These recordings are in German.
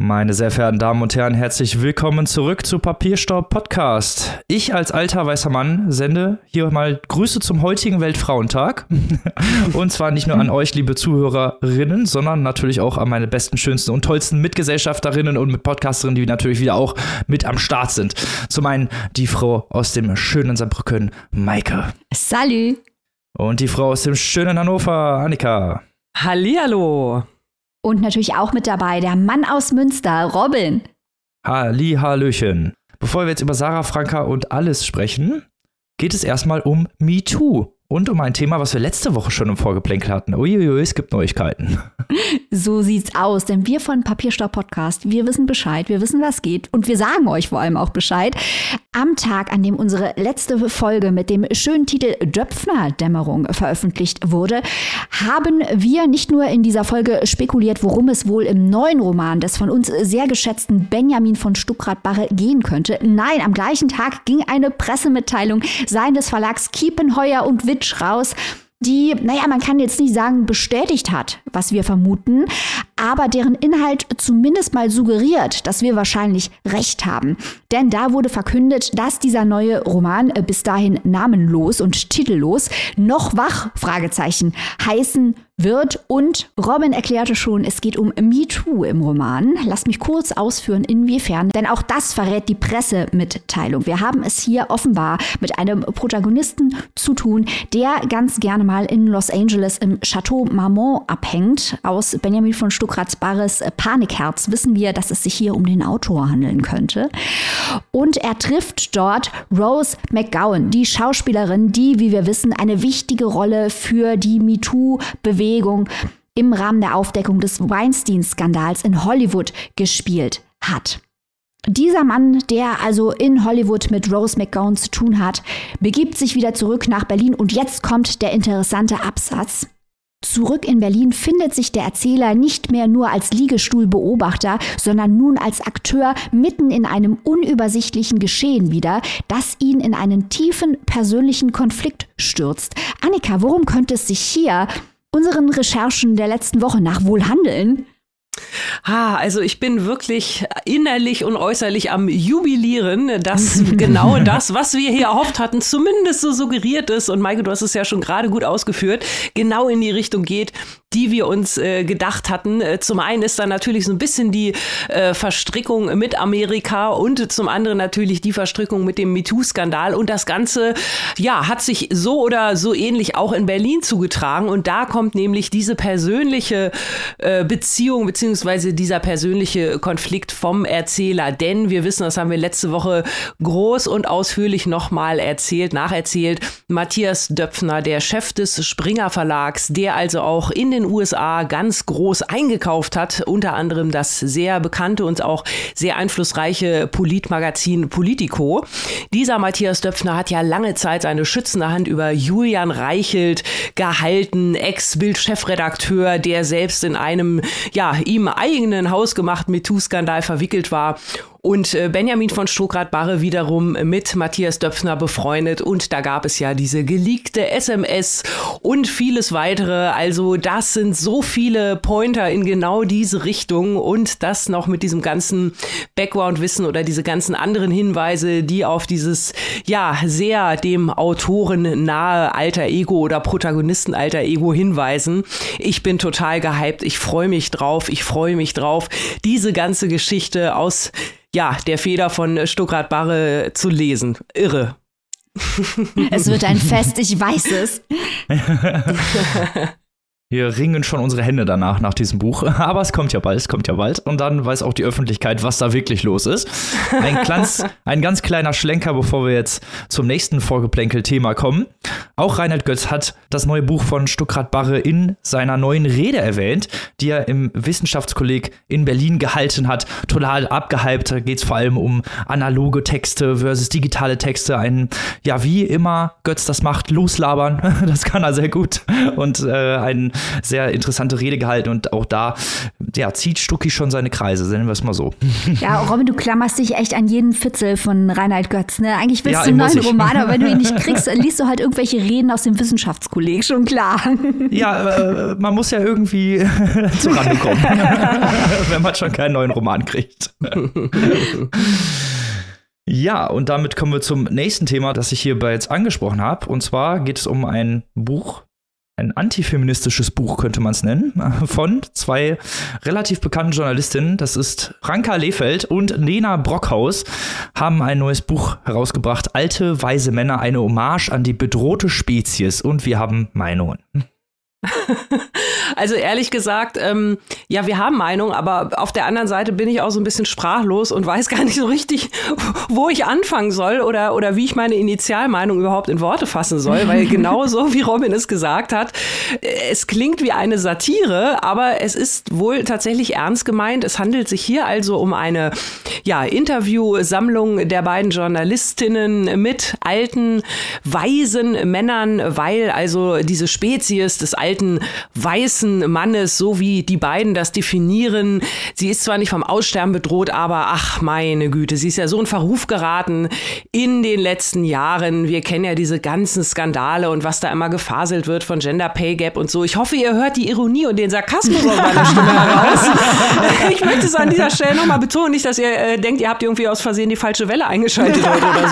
Meine sehr verehrten Damen und Herren, herzlich willkommen zurück zu Papierstaub Podcast. Ich als alter weißer Mann sende hier mal Grüße zum heutigen Weltfrauentag. Und zwar nicht nur an euch, liebe Zuhörerinnen, sondern natürlich auch an meine besten, schönsten und tollsten Mitgesellschafterinnen und Podcasterinnen, die natürlich wieder auch mit am Start sind. Zum einen die Frau aus dem schönen Saarbrücken, Maike. Salut. Und die Frau aus dem schönen Hannover, Annika. Hallihallo. Und natürlich auch mit dabei der Mann aus Münster, Robin. Hallihallöchen. Bevor wir jetzt über Sarah Franka und alles sprechen, geht es erstmal um MeToo. Und um ein Thema, was wir letzte Woche schon im Vorgeplänkel hatten. Uiuiui, es gibt Neuigkeiten. So sieht's aus, denn wir von Papierstaub Podcast, wir wissen Bescheid, wir wissen, was geht und wir sagen euch vor allem auch Bescheid. Am Tag, an dem unsere letzte Folge mit dem schönen Titel Döpfner-Dämmerung veröffentlicht wurde, haben wir nicht nur in dieser Folge spekuliert, worum es wohl im neuen Roman des von uns sehr geschätzten Benjamin von Stuckrad-Barre gehen könnte. Nein, am gleichen Tag ging eine Pressemitteilung seines Verlags Kiepenheuer und Witsch raus, die, man kann jetzt nicht sagen, bestätigt hat, was wir vermuten, aber deren Inhalt zumindest mal suggeriert, dass wir wahrscheinlich recht haben. Denn da wurde verkündet, dass dieser neue Roman bis dahin namenlos und titellos noch wach, Fragezeichen, heißen wird. Und Robin erklärte schon, es geht um MeToo im Roman. Lasst mich kurz ausführen, inwiefern, denn auch das verrät die Pressemitteilung. Wir haben es hier offenbar mit einem Protagonisten zu tun, der ganz gerne mal in Los Angeles im Chateau Marmont abhängt. Aus Benjamin von Stuckrad-Barres Panikherz wissen wir, dass es sich hier um den Autor handeln könnte. Und er trifft dort Rose McGowan, die Schauspielerin, die, wie wir wissen, eine wichtige Rolle für die MeToo-Bewegung im Rahmen der Aufdeckung des Weinstein-Skandals in Hollywood gespielt hat. Dieser Mann, der also in Hollywood mit Rose McGowan zu tun hat, begibt sich wieder zurück nach Berlin und jetzt kommt der interessante Absatz. Zurück in Berlin findet sich der Erzähler nicht mehr nur als Liegestuhlbeobachter, sondern nun als Akteur mitten in einem unübersichtlichen Geschehen wieder, das ihn in einen tiefen persönlichen Konflikt stürzt. Annika, worum könnte es sich hier unseren Recherchen der letzten Woche nach wohl handeln? Also ich bin wirklich innerlich und äußerlich am Jubilieren, dass genau das, was wir hier erhofft hatten, zumindest so suggeriert ist, und Maike, du hast es ja schon gerade gut ausgeführt, genau in die Richtung geht, die wir uns gedacht hatten. Zum einen ist da natürlich so ein bisschen die Verstrickung mit Amerika und zum anderen natürlich die Verstrickung mit dem MeToo-Skandal, und das Ganze, hat sich so oder so ähnlich auch in Berlin zugetragen, und da kommt nämlich diese persönliche Beziehung beziehungsweise dieser persönliche Konflikt vom Erzähler, denn wir wissen, das haben wir letzte Woche groß und ausführlich nochmal nacherzählt, Matthias Döpfner, der Chef des Springer Verlags, der also auch in den USA ganz groß eingekauft hat, unter anderem das sehr bekannte und auch sehr einflussreiche Politmagazin Politico. Dieser Matthias Döpfner hat ja lange Zeit seine schützende Hand über Julian Reichelt gehalten, Ex-Bild-Chefredakteur, der selbst in einem, ihm eigenen hausgemachten MeToo-Skandal verwickelt war. Und Benjamin von Stuckrad-Barre wiederum mit Matthias Döpfner befreundet. Und da gab es ja diese geleakte SMS und vieles weitere. Also das sind so viele Pointer in genau diese Richtung. Und das noch mit diesem ganzen Background-Wissen oder diese ganzen anderen Hinweise, die auf dieses, sehr dem Autoren nahe Alter Ego oder Protagonisten Alter Ego hinweisen. Ich bin total gehypt. Ich freue mich drauf. Diese ganze Geschichte aus der Feder von Stuckrad-Barre zu lesen. Irre. Es wird ein Fest, ich weiß es. Wir ringen schon unsere Hände danach, nach diesem Buch. Aber es kommt ja bald. Und dann weiß auch die Öffentlichkeit, was da wirklich los ist. Ein ganz kleiner Schlenker, bevor wir jetzt zum nächsten Vorgeplänkel-Thema kommen. Auch Reinhard Götz hat das neue Buch von Stuckrad-Barre in seiner neuen Rede erwähnt, die er im Wissenschaftskolleg in Berlin gehalten hat. Total abgehypt. Da geht es vor allem um analoge Texte versus digitale Texte. Wie immer Götz das macht, loslabern. Das kann er sehr gut. Und ein sehr interessante Rede gehalten und auch da zieht Stucki schon seine Kreise, nennen wir es mal so. Ja, Robin, du klammerst dich echt an jeden Fitzel von Reinhard Götz. Ne? Eigentlich willst du einen neuen Roman, aber wenn du ihn nicht kriegst, dann liest du halt irgendwelche Reden aus dem Wissenschaftskolleg, schon klar. Ja, man muss ja irgendwie zurande kommen, wenn man schon keinen neuen Roman kriegt. Ja, und damit kommen wir zum nächsten Thema, das ich hierbei jetzt angesprochen habe. Und zwar geht es um ein Buch, ein antifeministisches Buch könnte man es nennen, von 2 relativ bekannten Journalistinnen. Das ist Franka Lehfeldt und Nena Brockhaus, haben ein neues Buch herausgebracht. Alte, weise Männer, eine Hommage an die bedrohte Spezies. Und wir haben Meinungen. Also ehrlich gesagt, ja, wir haben Meinung, aber auf der anderen Seite bin ich auch so ein bisschen sprachlos und weiß gar nicht so richtig, wo ich anfangen soll oder wie ich meine Initialmeinung überhaupt in Worte fassen soll, weil genauso wie Robin es gesagt hat, es klingt wie eine Satire, aber es ist wohl tatsächlich ernst gemeint. Es handelt sich hier also um eine Interviewsammlung der beiden Journalistinnen mit alten, weisen Männern, weil also diese Spezies des alten weißen Mannes, so wie die beiden das definieren. Sie ist zwar nicht vom Aussterben bedroht, aber ach meine Güte, sie ist ja so in Verruf geraten in den letzten Jahren. Wir kennen ja diese ganzen Skandale und was da immer gefaselt wird von Gender Pay Gap und so. Ich hoffe, ihr hört die Ironie und den Sarkasmus aus meiner Stimme heraus. Ich möchte es an dieser Stelle nochmal betonen, nicht, dass ihr denkt, ihr habt irgendwie aus Versehen die falsche Welle eingeschaltet heute oder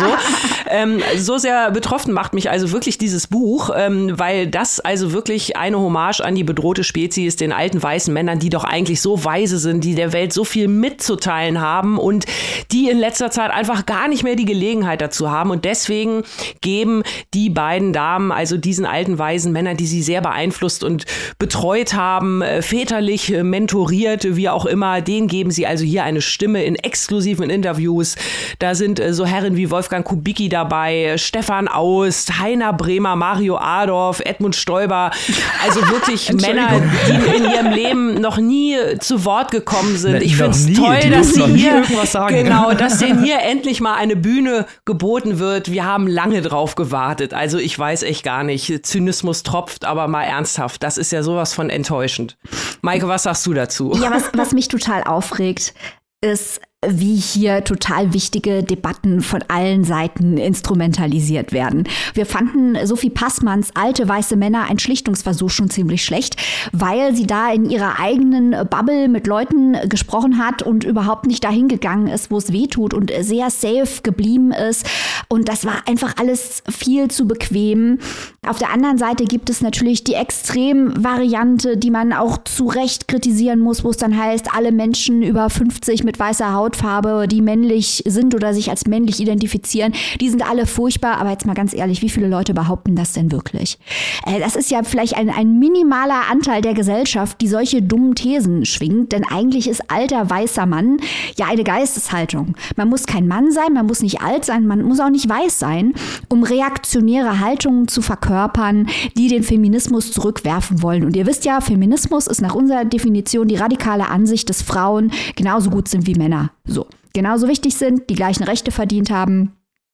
so. So sehr betroffen macht mich also wirklich dieses Buch, weil das also wirklich eine Hommage an die bedrohte Spezies, den alten weißen Männern, die doch eigentlich so weise sind, die der Welt so viel mitzuteilen haben und die in letzter Zeit einfach gar nicht mehr die Gelegenheit dazu haben. Und deswegen geben die beiden Damen, also diesen alten weisen Männern, die sie sehr beeinflusst und betreut haben, väterlich mentoriert, wie auch immer, denen geben sie also hier eine Stimme in exklusiven Interviews. Da sind so Herren wie Wolfgang Kubicki dabei, Stefan Aust, Heiner Bremer, Mario Adorf, Edmund Stoiber. Also wirklich Männer, die in ihrem Leben noch nie zu Wort gekommen sind. Ich finde es toll, dass sie hier, dass denen hier endlich mal eine Bühne geboten wird. Wir haben lange drauf gewartet. Also ich weiß echt gar nicht. Zynismus tropft, aber mal ernsthaft. Das ist ja sowas von enttäuschend. Maike, was sagst du dazu? Ja, was mich total aufregt, ist, wie hier total wichtige Debatten von allen Seiten instrumentalisiert werden. Wir fanden Sophie Passmanns Alte weiße Männer ein Schlichtungsversuch schon ziemlich schlecht, weil sie da in ihrer eigenen Bubble mit Leuten gesprochen hat und überhaupt nicht dahin gegangen ist, wo es weh tut und sehr safe geblieben ist. Und das war einfach alles viel zu bequem. Auf der anderen Seite gibt es natürlich die Extremvariante, die man auch zu Recht kritisieren muss, wo es dann heißt, alle Menschen über 50 mit weißer Hautfarbe, die männlich sind oder sich als männlich identifizieren, die sind alle furchtbar. Aber jetzt mal ganz ehrlich, wie viele Leute behaupten das denn wirklich? Das ist ja vielleicht ein minimaler Anteil der Gesellschaft, die solche dummen Thesen schwingt. Denn eigentlich ist alter weißer Mann ja eine Geisteshaltung. Man muss kein Mann sein, man muss nicht alt sein, man muss auch nicht weiß sein, um reaktionäre Haltungen zu verkörpern, die den Feminismus zurückwerfen wollen. Und ihr wisst ja, Feminismus ist nach unserer Definition die radikale Ansicht, dass Frauen genauso gut sind wie Männer. So, genauso wichtig sind, die gleichen Rechte verdient haben.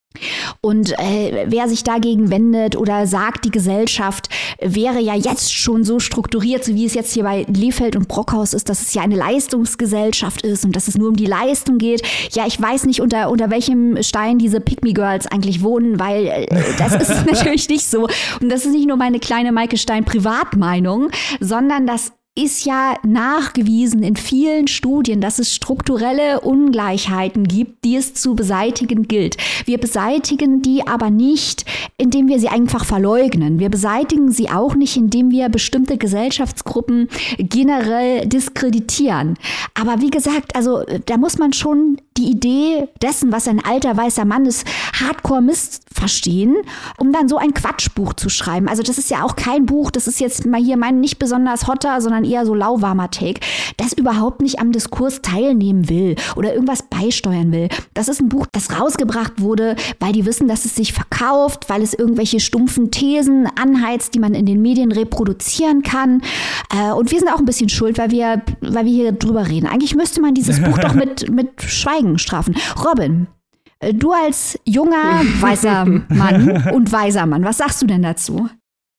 Und wer sich dagegen wendet oder sagt, die Gesellschaft wäre ja jetzt schon so strukturiert, so wie es jetzt hier bei Lehfeldt und Brockhaus ist, dass es ja eine Leistungsgesellschaft ist und dass es nur um die Leistung geht. Ja, ich weiß nicht, unter welchem Stein diese Pick-Me-Girls eigentlich wohnen, weil das ist natürlich nicht so. Und das ist nicht nur meine kleine Maike Stein Privatmeinung, sondern das ist ja nachgewiesen in vielen Studien, dass es strukturelle Ungleichheiten gibt, die es zu beseitigen gilt. Wir beseitigen die aber nicht, indem wir sie einfach verleugnen. Wir beseitigen sie auch nicht, indem wir bestimmte Gesellschaftsgruppen generell diskreditieren. Aber wie gesagt, also da muss man schon die Idee dessen, was ein alter weißer Mann ist, hardcore missverstehen, um dann so ein Quatschbuch zu schreiben. Also das ist ja auch kein Buch, das ist jetzt mal hier mein nicht besonders hotter, sondern eher so lauwarmer Take, das überhaupt nicht am Diskurs teilnehmen will oder irgendwas beisteuern will. Das ist ein Buch, das rausgebracht wurde, weil die wissen, dass es sich verkauft, weil es irgendwelche stumpfen Thesen anheizt, die man in den Medien reproduzieren kann. Und wir sind auch ein bisschen schuld, weil wir hier drüber reden. Eigentlich müsste man dieses Buch doch mit Schweigen strafen. Robin, du als junger weißer Mann und weiser Mann, was sagst du denn dazu?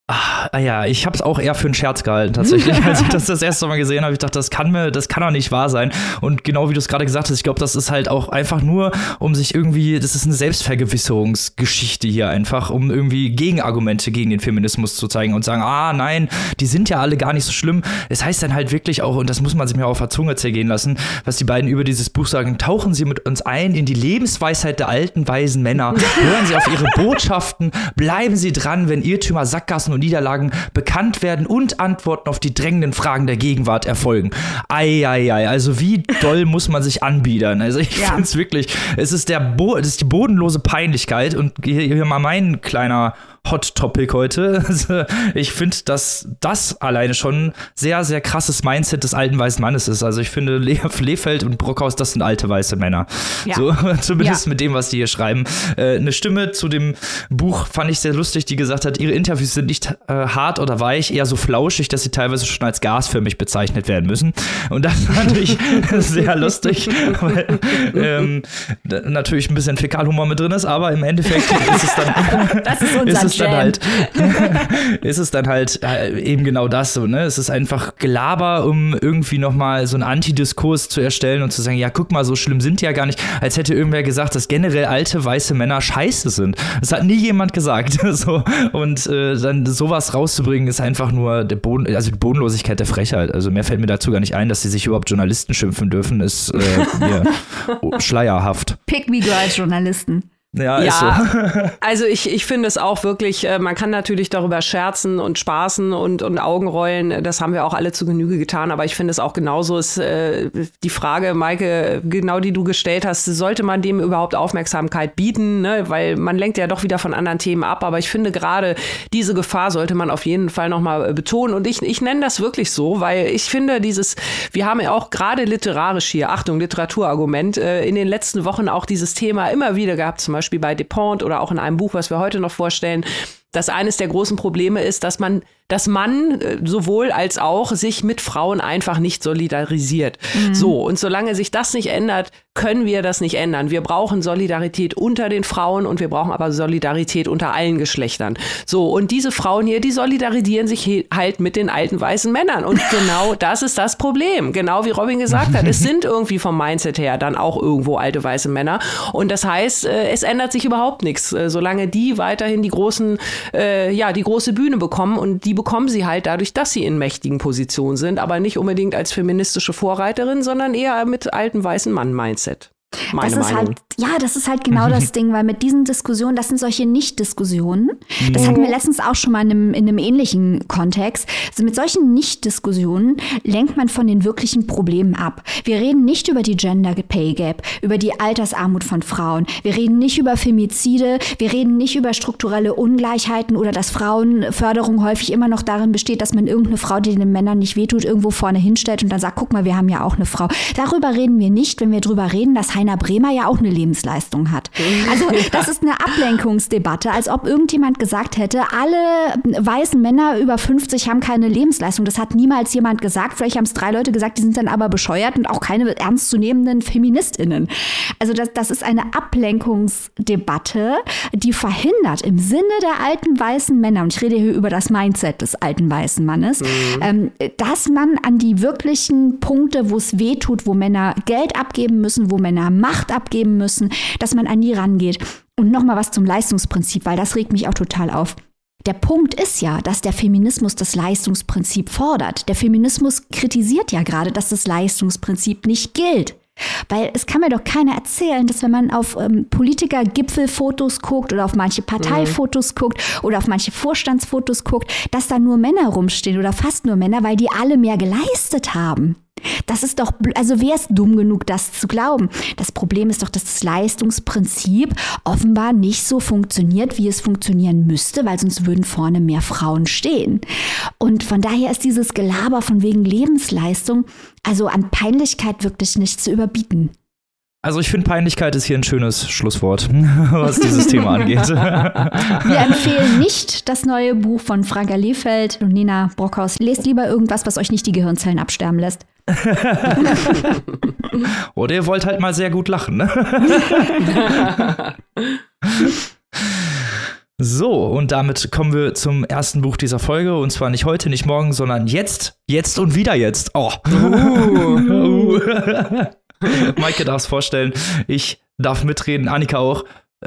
Ja, ich habe es auch eher für einen Scherz gehalten, tatsächlich. Als ich das erste Mal gesehen habe, ich dachte, das kann doch nicht wahr sein. Und genau wie du es gerade gesagt hast, ich glaube, das ist halt auch einfach nur, um sich irgendwie, das ist eine Selbstvergewisserungsgeschichte hier einfach, um irgendwie Gegenargumente gegen den Feminismus zu zeigen und sagen, nein, die sind ja alle gar nicht so schlimm. Es heißt dann halt wirklich auch, und das muss man sich mir auf der Zunge zergehen lassen, was die beiden über dieses Buch sagen, tauchen Sie mit uns ein in die Lebensweisheit der alten, weisen Männer, hören Sie auf ihre Botschaften, bleiben Sie dran, wenn Irrtümer, Sackgassen und Niederlagen bekannt werden und Antworten auf die drängenden Fragen der Gegenwart erfolgen. Also wie doll muss man sich anbiedern? Also ich finde es wirklich, es ist die bodenlose Peinlichkeit und hier mal mein kleiner Hot Topic heute. Also ich finde, dass das alleine schon sehr, sehr krasses Mindset des alten weißen Mannes ist. Also ich finde, Lefeld und Brockhaus, das sind alte weiße Männer. Ja. So, zumindest mit dem, was die hier schreiben. Eine Stimme zu dem Buch fand ich sehr lustig, die gesagt hat, ihre Interviews sind nicht hart oder weich, eher so flauschig, dass sie teilweise schon als gasförmig bezeichnet werden müssen. Und das fand ich sehr lustig, weil natürlich ein bisschen Fäkalhumor mit drin ist, aber im Endeffekt ist es dann das ist unser ist es dann halt eben genau das so, ne? Es ist einfach Gelaber, um irgendwie nochmal so einen Antidiskurs zu erstellen und zu sagen, ja, guck mal, so schlimm sind die ja gar nicht, als hätte irgendwer gesagt, dass generell alte weiße Männer scheiße sind. Das hat nie jemand gesagt. So. Und dann sowas rauszubringen, ist einfach nur die Bodenlosigkeit der Frechheit. Also mehr fällt mir dazu gar nicht ein, dass sie sich überhaupt Journalisten schimpfen dürfen, ist schleierhaft. Pick me girls Journalisten. Ja, ist so. Also ich finde es auch wirklich, man kann natürlich darüber scherzen und spaßen und Augenrollen, das haben wir auch alle zu Genüge getan, aber ich finde es auch genauso, ist die Frage, Maike, genau die du gestellt hast, sollte man dem überhaupt Aufmerksamkeit bieten, ne? Weil man lenkt ja doch wieder von anderen Themen ab, aber ich finde gerade diese Gefahr sollte man auf jeden Fall nochmal betonen und ich nenne das wirklich so, weil ich finde wir haben ja auch gerade literarisch hier, Achtung, Literaturargument, in den letzten Wochen auch dieses Thema immer wieder gehabt, zum Beispiel bei Dupont oder auch in einem Buch, was wir heute noch vorstellen, dass eines der großen Probleme ist, dass man sowohl als auch sich mit Frauen einfach nicht solidarisiert. So, und solange sich das nicht ändert, können wir das nicht ändern. Wir brauchen Solidarität unter den Frauen und wir brauchen aber Solidarität unter allen Geschlechtern. So, und diese Frauen hier, die solidarisieren sich halt mit den alten weißen Männern. Und genau das ist das Problem. Genau wie Robin gesagt hat, es sind irgendwie vom Mindset her dann auch irgendwo alte weiße Männer. Und das heißt, es ändert sich überhaupt nichts, solange die weiterhin die große Bühne bekommen. Und die bekommen sie halt dadurch, dass sie in mächtigen Positionen sind, aber nicht unbedingt als feministische Vorreiterin, sondern eher mit altem weißen Mann-Mindset. Das ist halt genau das Ding, weil mit diesen Diskussionen, das sind solche Nicht-Diskussionen. Das hatten wir letztens auch schon mal in einem ähnlichen Kontext. Also mit solchen Nicht-Diskussionen lenkt man von den wirklichen Problemen ab. Wir reden nicht über die Gender Pay Gap, über die Altersarmut von Frauen. Wir reden nicht über Femizide. Wir reden nicht über strukturelle Ungleichheiten oder dass Frauenförderung häufig immer noch darin besteht, dass man irgendeine Frau, die den Männern nicht wehtut, irgendwo vorne hinstellt und dann sagt, guck mal, wir haben ja auch eine Frau. Darüber reden wir nicht, wenn wir drüber reden, dass Heiner Bremer ja auch eine Lebensleistung hat. Also das ist eine Ablenkungsdebatte, als ob irgendjemand gesagt hätte, alle weißen Männer über 50 haben keine Lebensleistung. Das hat niemals jemand gesagt. Vielleicht haben es 3 Leute gesagt, die sind dann aber bescheuert und auch keine ernstzunehmenden FeministInnen. Also das ist eine Ablenkungsdebatte, die verhindert im Sinne der alten weißen Männer, und ich rede hier über das Mindset des alten weißen Mannes, dass man an die wirklichen Punkte, wo es weh tut, wo Männer Geld abgeben müssen, wo Männer Macht abgeben müssen, dass man an die rangeht. Und nochmal was zum Leistungsprinzip, weil das regt mich auch total auf. Der Punkt ist ja, dass der Feminismus das Leistungsprinzip fordert. Der Feminismus kritisiert ja gerade, dass das Leistungsprinzip nicht gilt. Weil es kann mir doch keiner erzählen, dass wenn man auf Politiker-Gipfelfotos guckt oder auf manche Parteifotos guckt oder auf manche Vorstandsfotos guckt, dass da nur Männer rumstehen oder fast nur Männer, weil die alle mehr geleistet haben. Das ist doch, also wer ist dumm genug, das zu glauben? Das Problem ist doch, dass das Leistungsprinzip offenbar nicht so funktioniert, wie es funktionieren müsste, weil sonst würden vorne mehr Frauen stehen. Und von daher ist dieses Gelaber von wegen Lebensleistung, also an Peinlichkeit wirklich nicht zu überbieten. Also ich finde, Peinlichkeit ist hier ein schönes Schlusswort, was dieses Thema angeht. Wir empfehlen nicht das neue Buch von Franka Lefeld und Nina Brockhaus. Lest lieber irgendwas, was euch nicht die Gehirnzellen absterben lässt. Oder ihr wollt halt mal sehr gut lachen, ne? So, und damit kommen wir zum ersten Buch dieser Folge. Und zwar nicht heute, nicht morgen, sondern jetzt und wieder jetzt. Oh. Maike darf es vorstellen. Ich darf mitreden, Annika auch.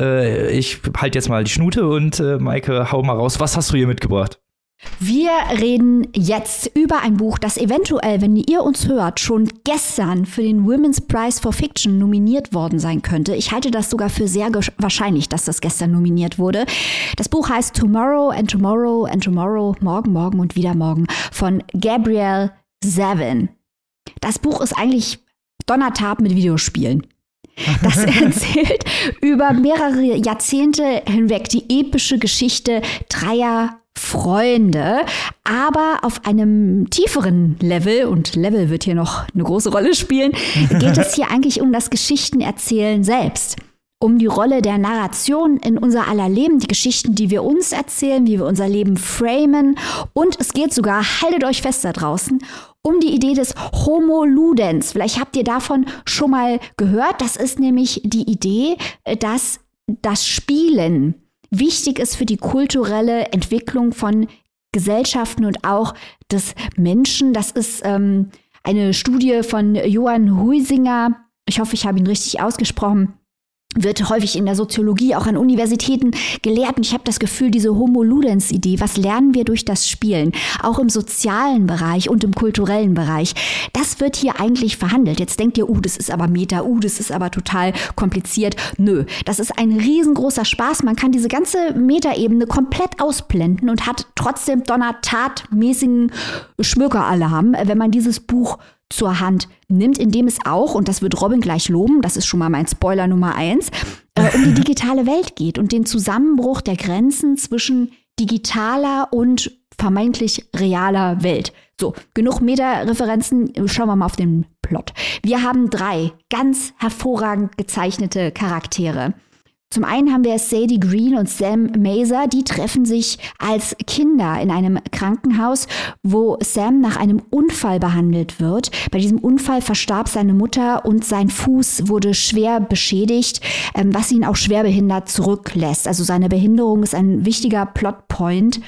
Ich halte jetzt mal die Schnute und Maike, hau mal raus. Was hast du hier mitgebracht? Wir reden jetzt über ein Buch, das eventuell, wenn ihr uns hört, schon gestern für den Women's Prize for Fiction nominiert worden sein könnte. Ich halte das sogar für sehr wahrscheinlich, dass das gestern nominiert wurde. Das Buch heißt Tomorrow and Tomorrow and Tomorrow, Morgen, Morgen und wieder Morgen von Gabrielle Zevin. Das Buch ist eigentlich Donnertab mit Videospielen. Das erzählt über mehrere Jahrzehnte hinweg die epische Geschichte dreier Freunde, aber auf einem tieferen Level, und Level wird hier noch eine große Rolle spielen, geht es hier eigentlich um das Geschichtenerzählen selbst. Um die Rolle der Narration in unser aller Leben, die Geschichten, die wir uns erzählen, wie wir unser Leben framen. Und es geht sogar, haltet euch fest da draußen, um die Idee des Homo Ludens. Vielleicht habt ihr davon schon mal gehört. Das ist nämlich die Idee, dass das Spielen wichtig ist für die kulturelle Entwicklung von Gesellschaften und auch des Menschen. Das ist eine Studie von Johann Huizinga. Ich hoffe, ich habe ihn richtig ausgesprochen. Wird häufig in der Soziologie, auch an Universitäten gelehrt. Und ich habe das Gefühl, diese Homo-Ludens-Idee, was lernen wir durch das Spielen, auch im sozialen Bereich und im kulturellen Bereich, das wird hier eigentlich verhandelt. Jetzt denkt ihr, das ist aber Meta, das ist aber total kompliziert. Nö, das ist ein riesengroßer Spaß. Man kann diese ganze Meta-Ebene komplett ausblenden und hat trotzdem donnertatmäßigen Schmökeralarm, wenn man dieses Buch zur Hand nimmt, indem es auch, und das wird Robin gleich loben, das ist schon mal mein Spoiler Nummer 1, um die digitale Welt geht und den Zusammenbruch der Grenzen zwischen digitaler und vermeintlich realer Welt. So, genug Meta-Referenzen, schauen wir mal auf den Plot. Wir haben 3 ganz hervorragend gezeichnete Charaktere. Zum einen haben wir Sadie Green und Sam Mazer, die treffen sich als Kinder in einem Krankenhaus, wo Sam nach einem Unfall behandelt wird. Bei diesem Unfall verstarb seine Mutter und sein Fuß wurde schwer beschädigt, was ihn auch schwerbehindert zurücklässt. Also seine Behinderung ist ein wichtiger Plotpoint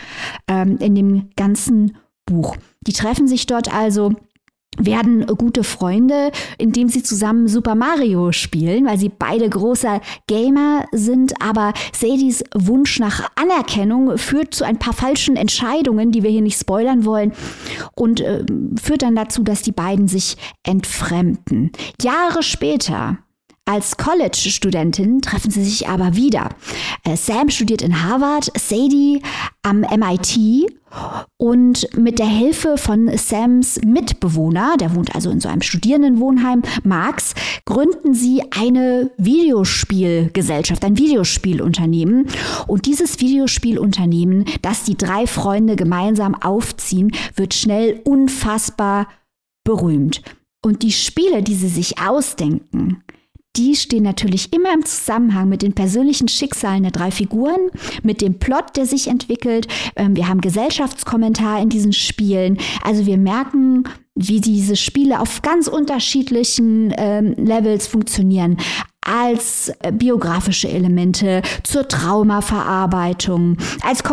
in dem ganzen Buch. Die treffen sich dort also, werden gute Freunde, indem sie zusammen Super Mario spielen, weil sie beide großer Gamer sind. Aber Sadies Wunsch nach Anerkennung führt zu ein paar falschen Entscheidungen, die wir hier nicht spoilern wollen, und führt dann dazu, dass die beiden sich entfremden. Jahre später, als College-Studentin, treffen sie sich aber wieder. Sam studiert in Harvard, Sadie am MIT, und mit der Hilfe von Sams Mitbewohner, der wohnt also in so einem Studierendenwohnheim, Max, gründen sie eine Videospielgesellschaft, ein Videospielunternehmen. Und dieses Videospielunternehmen, das die 3 Freunde gemeinsam aufziehen, wird schnell unfassbar berühmt. Und die Spiele, die sie sich ausdenken, die stehen natürlich immer im Zusammenhang mit den persönlichen Schicksalen der 3 Figuren, mit dem Plot, der sich entwickelt. Wir haben Gesellschaftskommentar in diesen Spielen. Also wir merken, wie diese Spiele auf ganz unterschiedlichen Levels funktionieren. Als biografische Elemente, zur Traumaverarbeitung, als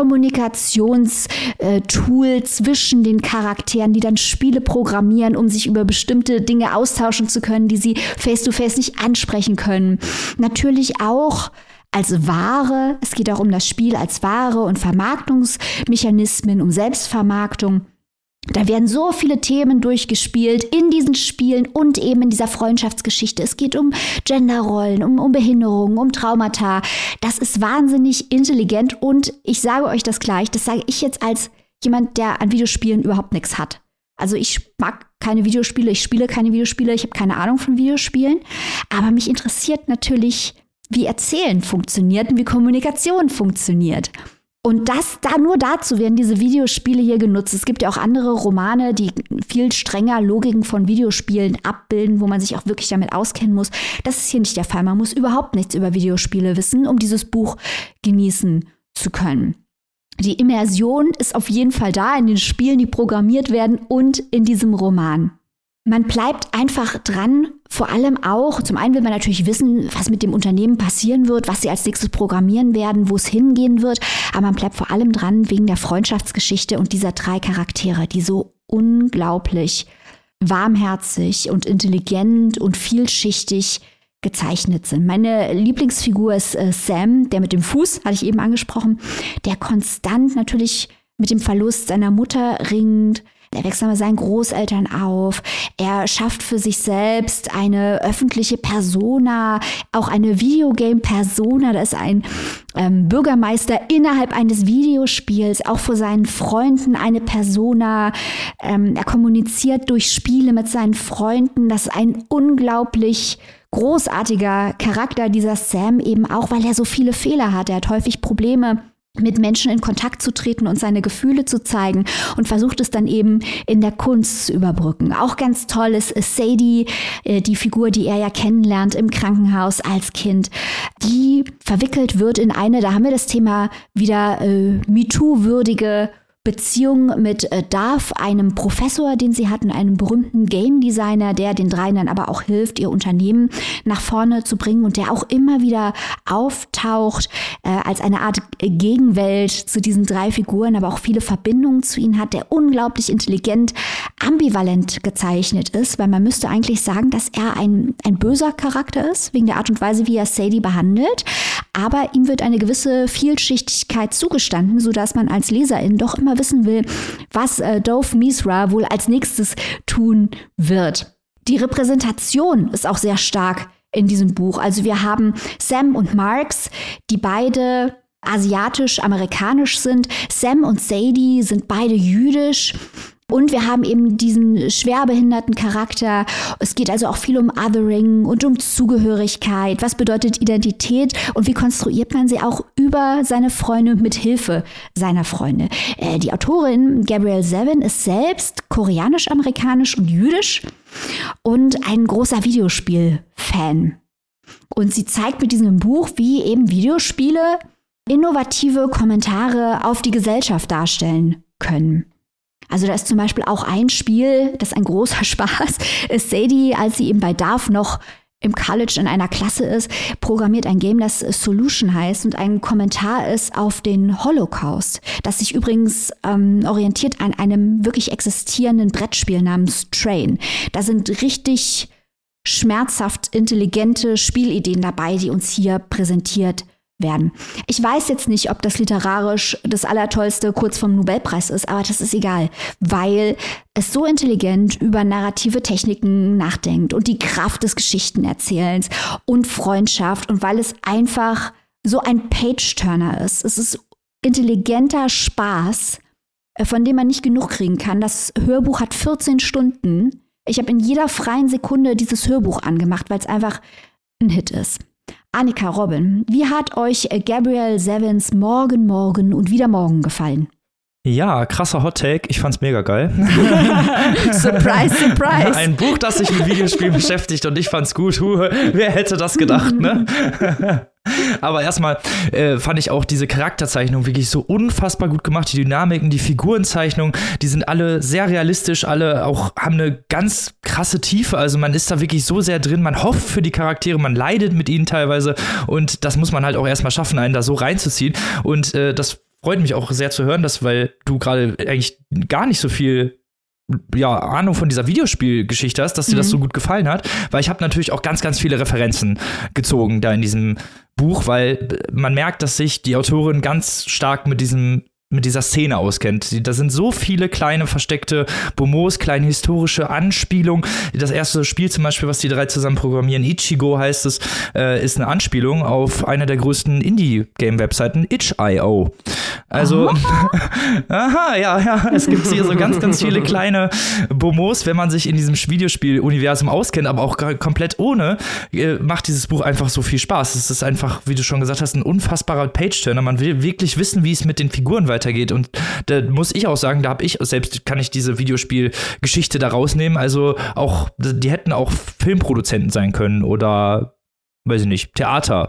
Kommunikationstool zwischen den Charakteren, die dann Spiele programmieren, um sich über bestimmte Dinge austauschen zu können, die sie face-to-face nicht ansprechen können. Natürlich auch als Ware, es geht auch um das Spiel als Ware und Vermarktungsmechanismen, um Selbstvermarktung. Da werden so viele Themen durchgespielt in diesen Spielen und eben in dieser Freundschaftsgeschichte. Es geht um Genderrollen, um Behinderungen, um Traumata. Das ist wahnsinnig intelligent und ich sage euch das gleich, das sage ich jetzt als jemand, der an Videospielen überhaupt nichts hat. Also ich mag keine Videospiele, ich spiele keine Videospiele, ich habe keine Ahnung von Videospielen. Aber mich interessiert natürlich, wie Erzählen funktioniert und wie Kommunikation funktioniert. Und nur dazu werden diese Videospiele hier genutzt. Es gibt ja auch andere Romane, die viel strenger Logiken von Videospielen abbilden, wo man sich auch wirklich damit auskennen muss. Das ist hier nicht der Fall. Man muss überhaupt nichts über Videospiele wissen, um dieses Buch genießen zu können. Die Immersion ist auf jeden Fall da in den Spielen, die programmiert werden und in diesem Roman. Man bleibt einfach dran, vor allem auch, zum einen will man natürlich wissen, was mit dem Unternehmen passieren wird, was sie als nächstes programmieren werden, wo es hingehen wird, aber man bleibt vor allem dran wegen der Freundschaftsgeschichte und dieser 3 Charaktere, die so unglaublich warmherzig und intelligent und vielschichtig gezeichnet sind. Meine Lieblingsfigur ist Sam, der mit dem Fuß, hatte ich eben angesprochen, der konstant natürlich mit dem Verlust seiner Mutter ringt. Er wächst mit seinen Großeltern auf. Er schafft für sich selbst eine öffentliche Persona, auch eine Videogame-Persona. Da ist ein Bürgermeister innerhalb eines Videospiels, auch vor seinen Freunden eine Persona. Er kommuniziert durch Spiele mit seinen Freunden. Das ist ein unglaublich großartiger Charakter, dieser Sam, eben auch, weil er so viele Fehler hat. Er hat häufig Probleme, mit Menschen in Kontakt zu treten und seine Gefühle zu zeigen und versucht es dann eben in der Kunst zu überbrücken. Auch ganz toll ist Sadie, die Figur, die er ja kennenlernt im Krankenhaus als Kind, die verwickelt wird in eine, da haben wir das Thema wieder MeToo-würdige Beziehung mit Darth, einem Professor, den sie hatten, einem berühmten Game Designer, der den dreien dann aber auch hilft, ihr Unternehmen nach vorne zu bringen und der auch immer wieder auftaucht als eine Art Gegenwelt zu diesen 3 Figuren, aber auch viele Verbindungen zu ihnen hat, der unglaublich intelligent, ambivalent gezeichnet ist, weil man müsste eigentlich sagen, dass er ein böser Charakter ist, wegen der Art und Weise, wie er Sadie behandelt, aber ihm wird eine gewisse Vielschichtigkeit zugestanden, sodass man als Leserin doch immer wissen will, was Dove Misra wohl als nächstes tun wird. Die Repräsentation ist auch sehr stark in diesem Buch. Also wir haben Sam und Marx, die beide asiatisch-amerikanisch sind. Sam und Sadie sind beide jüdisch. Und wir haben eben diesen schwerbehinderten Charakter. Es geht also auch viel um Othering und um Zugehörigkeit. Was bedeutet Identität und wie konstruiert man sie auch über seine Freunde mit Hilfe seiner Freunde? Die Autorin Gabrielle Zevin ist selbst koreanisch-amerikanisch und jüdisch und ein großer Videospiel-Fan. Und sie zeigt mit diesem Buch, wie eben Videospiele innovative Kommentare auf die Gesellschaft darstellen können. Also da ist zum Beispiel auch ein Spiel, das ist ein großer Spaß, ist Sadie, als sie eben bei Darth noch im College in einer Klasse ist, programmiert ein Game, das Solution heißt und ein Kommentar ist auf den Holocaust, das sich übrigens orientiert an einem wirklich existierenden Brettspiel namens Train. Da sind richtig schmerzhaft intelligente Spielideen dabei, die uns hier präsentiert werden. Ich weiß jetzt nicht, ob das literarisch das Allertollste kurz vom Nobelpreis ist, aber das ist egal, weil es so intelligent über narrative Techniken nachdenkt und die Kraft des Geschichtenerzählens und Freundschaft und weil es einfach so ein Page-Turner ist. Es ist intelligenter Spaß, von dem man nicht genug kriegen kann. Das Hörbuch hat 14 Stunden. Ich habe in jeder freien Sekunde dieses Hörbuch angemacht, weil es einfach ein Hit ist. Annika, Robin, wie hat euch Gabrielle Zevins Morgen, Morgen und wieder Morgen gefallen? Ja, krasser Hot-Take. Ich fand's mega geil. Surprise, surprise. Ein Buch, das sich mit Videospielen beschäftigt und ich fand's gut. Wer hätte das gedacht, ne? Aber erstmal fand ich auch diese Charakterzeichnung wirklich so unfassbar gut gemacht. Die Dynamiken, die Figurenzeichnung, die sind alle sehr realistisch, alle auch haben eine ganz krasse Tiefe. Also man ist da wirklich so sehr drin, man hofft für die Charaktere, man leidet mit ihnen teilweise und das muss man halt auch erstmal schaffen, einen da so reinzuziehen. Und das freut mich auch sehr zu hören, weil du gerade eigentlich gar nicht so viel Ahnung von dieser Videospielgeschichte hast, dass dir das so gut gefallen hat, weil ich habe natürlich auch ganz, ganz viele Referenzen gezogen da in diesem Buch, weil man merkt, dass sich die Autorin ganz stark mit dieser Szene auskennt. Da sind so viele kleine versteckte Bonmots, kleine historische Anspielungen. Das erste Spiel zum Beispiel, was die drei zusammen programmieren, Ichigo heißt es, ist eine Anspielung auf eine der größten Indie-Game-Webseiten, itch.io. Also, aha, ja, es gibt hier so ganz, ganz viele kleine Bonmots, wenn man sich in diesem Videospiel-Universum auskennt, aber auch komplett ohne, macht dieses Buch einfach so viel Spaß. Es ist einfach, wie du schon gesagt hast, ein unfassbarer Page-Turner. Man will wirklich wissen, wie es mit den Figuren weitergeht. Und da muss ich auch sagen, kann ich diese Videospielgeschichte da rausnehmen. Also auch, die hätten auch Filmproduzenten sein können oder, weiß ich nicht, Theater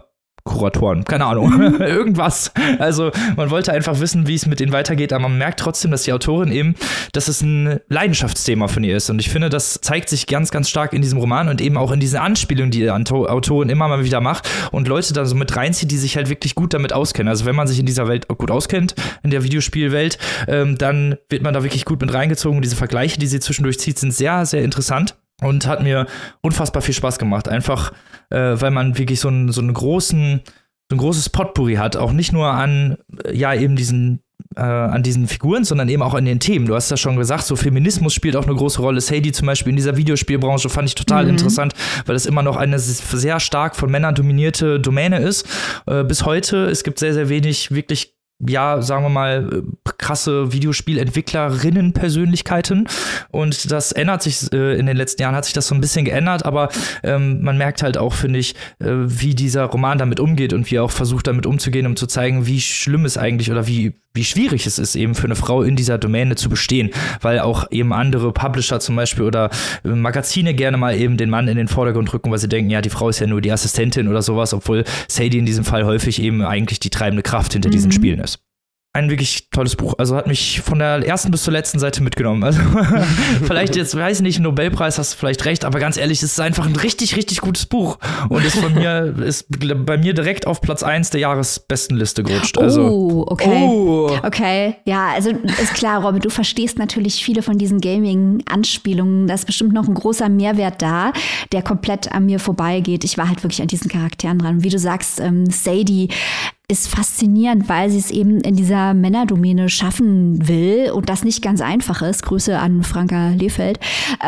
Kuratoren, keine Ahnung, irgendwas. Also man wollte einfach wissen, wie es mit denen weitergeht, aber man merkt trotzdem, dass die Autorin eben, dass es ein Leidenschaftsthema von ihr ist. Und ich finde, das zeigt sich ganz, ganz stark in diesem Roman und eben auch in diesen Anspielungen, die die Autorin immer mal wieder macht und Leute da so mit reinzieht, die sich halt wirklich gut damit auskennen. Also wenn man sich in dieser Welt gut auskennt, in der Videospielwelt, dann wird man da wirklich gut mit reingezogen. Und diese Vergleiche, die sie zwischendurch zieht, sind sehr, sehr interessant. Und hat mir unfassbar viel Spaß gemacht. Einfach, weil man wirklich so ein großes Potpourri hat. Auch nicht nur an, eben an diesen Figuren, sondern eben auch an den Themen. Du hast ja schon gesagt, so Feminismus spielt auch eine große Rolle. Sadie zum Beispiel in dieser Videospielbranche fand ich total interessant, weil das immer noch eine sehr stark von Männern dominierte Domäne ist. Bis heute, es gibt sehr, sehr wenig wirklich sagen wir mal, krasse Videospielentwicklerinnen-Persönlichkeiten. Und das ändert sich, in den letzten Jahren hat sich das so ein bisschen geändert, aber man merkt halt auch, finde ich, wie dieser Roman damit umgeht und wie er auch versucht, damit umzugehen, um zu zeigen, wie schlimm es eigentlich oder wie schwierig es ist, eben für eine Frau in dieser Domäne zu bestehen, weil auch eben andere Publisher zum Beispiel oder Magazine gerne mal eben den Mann in den Vordergrund rücken, weil sie denken, ja, die Frau ist ja nur die Assistentin oder sowas, obwohl Sadie in diesem Fall häufig eben eigentlich die treibende Kraft hinter diesen Spielen ist. Ein wirklich tolles Buch. Also hat mich von der ersten bis zur letzten Seite mitgenommen. Also vielleicht jetzt, weiß ich nicht, Nobelpreis, hast du vielleicht recht, aber ganz ehrlich, es ist einfach ein richtig, richtig gutes Buch. Und ist bei mir direkt auf Platz 1 der Jahresbestenliste gerutscht. Also, okay. Ja, also ist klar, Robin, du verstehst natürlich viele von diesen Gaming-Anspielungen. Da ist bestimmt noch ein großer Mehrwert da, der komplett an mir vorbeigeht. Ich war halt wirklich an diesen Charakteren dran. Wie du sagst, Sadie ist faszinierend, weil sie es eben in dieser Männerdomäne schaffen will und das nicht ganz einfach ist. Grüße an Franka Lehfeld.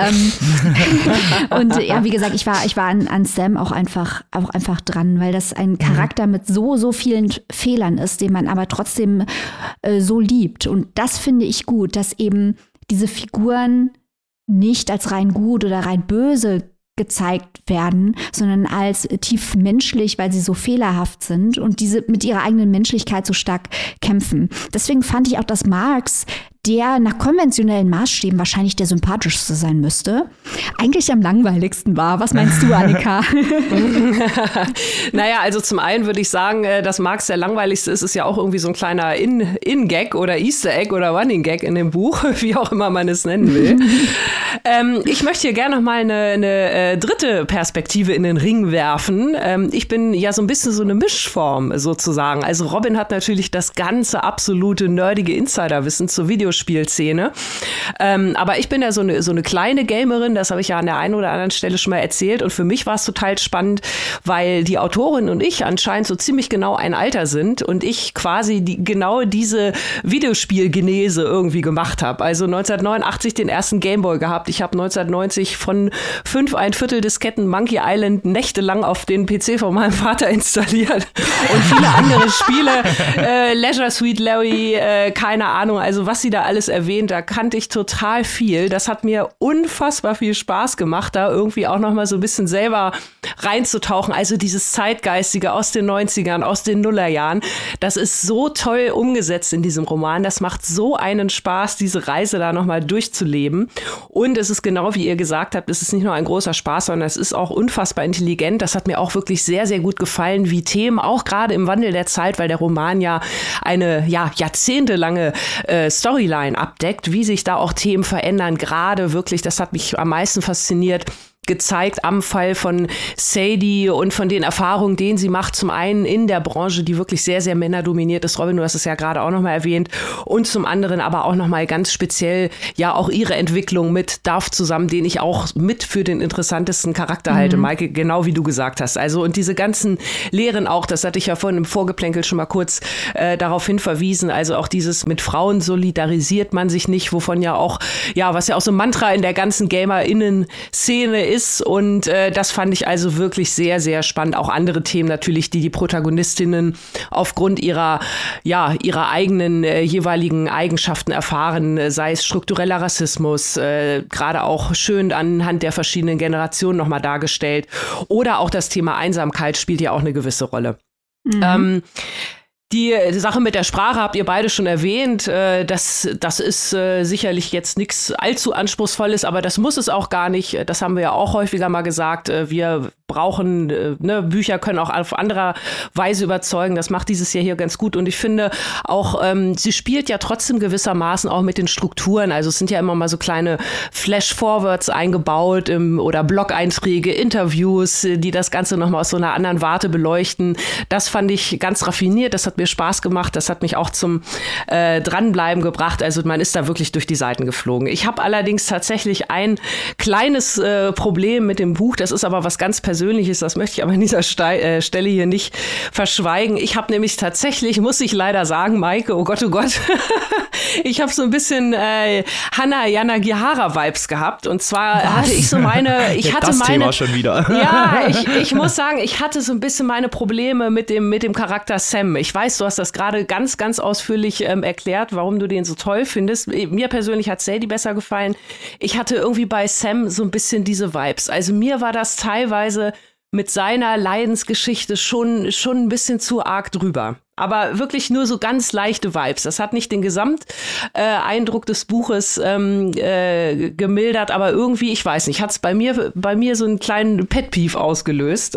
Und ja, wie gesagt, ich war an Sam auch einfach dran, weil das ein Charakter mit so vielen Fehlern ist, den man aber trotzdem so liebt. Und das finde ich gut, dass eben diese Figuren nicht als rein gut oder rein böse gezeigt werden, sondern als tief menschlich, weil sie so fehlerhaft sind und diese mit ihrer eigenen Menschlichkeit so stark kämpfen. Deswegen fand ich auch, dass Marx, der nach konventionellen Maßstäben wahrscheinlich der sympathischste sein müsste, eigentlich am langweiligsten war. Was meinst du, Annika? Naja, also zum einen würde ich sagen, dass Marx der langweiligste ist ja auch irgendwie so ein kleiner In-Gag oder Easter Egg oder Running Gag in dem Buch, wie auch immer man es nennen will. Ich möchte hier gerne noch mal eine dritte Perspektive in den Ring werfen. Ich bin ja so ein bisschen so eine Mischform sozusagen. Also Robin hat natürlich das ganze absolute nerdige Insiderwissen zur Videospielszene. Aber ich bin ja so eine kleine Gamerin, das habe ich ja an der einen oder anderen Stelle schon mal erzählt. Und für mich war es total spannend, weil die Autorin und ich anscheinend so ziemlich genau ein Alter sind und ich quasi genau diese Videospielgenese irgendwie gemacht habe. Also 1989 den ersten Gameboy gehabt. Ich habe 1990 von 5 1/4 Disketten Monkey Island nächtelang auf den PC von meinem Vater installiert und viele andere Spiele. Leisure Suite Larry, keine Ahnung, also was sie da alles erwähnt, da kannte ich total viel. Das hat mir unfassbar viel Spaß gemacht, da irgendwie auch noch mal so ein bisschen selber reinzutauchen. Also dieses Zeitgeistige aus den 90ern, aus den Nullerjahren, das ist so toll umgesetzt in diesem Roman. Das macht so einen Spaß, diese Reise da noch mal durchzuleben. Und es ist genau wie ihr gesagt habt, es ist nicht nur ein großer Spaß, sondern es ist auch unfassbar intelligent. Das hat mir auch wirklich sehr, sehr gut gefallen, wie Themen, auch gerade im Wandel der Zeit, weil der Roman ja eine jahrzehntelange Storyline abdeckt, wie sich da auch Themen verändern. Gerade wirklich, das hat mich am meisten fasziniert, gezeigt am Fall von Sadie und von den Erfahrungen, denen sie macht. Zum einen in der Branche, die wirklich sehr, sehr männerdominiert ist. Robin, du hast es ja gerade auch nochmal erwähnt. Und zum anderen aber auch nochmal ganz speziell ja auch ihre Entwicklung mit Duff zusammen, den ich auch mit für den interessantesten Charakter halte, Maike, genau wie du gesagt hast. Also und diese ganzen Lehren auch, das hatte ich ja vorhin im Vorgeplänkel schon mal kurz darauf hin verwiesen. Also auch dieses mit Frauen solidarisiert man sich nicht, wovon ja auch, was ja auch so ein Mantra in der ganzen GamerInnen-Szene ist. Und das fand ich also wirklich sehr, sehr spannend. Auch andere Themen natürlich, die Protagonistinnen aufgrund ihrer eigenen jeweiligen Eigenschaften erfahren, sei es struktureller Rassismus, gerade auch schön anhand der verschiedenen Generationen nochmal dargestellt. Oder auch das Thema Einsamkeit spielt ja auch eine gewisse Rolle. Die Sache mit der Sprache habt ihr beide schon erwähnt. Das ist sicherlich jetzt nichts allzu Anspruchsvolles, aber das muss es auch gar nicht. Das haben wir ja auch häufiger mal gesagt. Wir brauchen, Bücher können auch auf anderer Weise überzeugen. Das macht dieses Jahr hier ganz gut. Und ich finde auch, sie spielt ja trotzdem gewissermaßen auch mit den Strukturen. Also es sind ja immer mal so kleine Flash-Forwards eingebaut oder Blog-Einträge, Interviews, die das Ganze nochmal aus so einer anderen Warte beleuchten. Das fand ich ganz raffiniert. Das hat mir Spaß gemacht. Das hat mich auch zum Dranbleiben gebracht. Also man ist da wirklich durch die Seiten geflogen. Ich habe allerdings tatsächlich ein kleines Problem mit dem Buch. Das ist aber was ganz Persönliches. Das möchte ich aber an dieser Stelle hier nicht verschweigen. Ich habe nämlich tatsächlich, muss ich leider sagen, Maike, oh Gott, ich habe so ein bisschen Hannah Yanagihara-Vibes gehabt. Und zwar hatte ich so meine... Thema schon wieder. Ja, ich muss sagen, ich hatte so ein bisschen meine Probleme mit dem Charakter Sam. Ich weiß, du hast das gerade ganz, ganz ausführlich erklärt, warum du den so toll findest. Mir persönlich hat Sadie besser gefallen. Ich hatte irgendwie bei Sam so ein bisschen diese Vibes. Also mir war das teilweise mit seiner Leidensgeschichte schon ein bisschen zu arg drüber. Aber wirklich nur so ganz leichte Vibes. Das hat nicht den Gesamteindruck des Buches gemildert, aber irgendwie, ich weiß nicht, hat es bei mir so einen kleinen Pet-Peeve ausgelöst.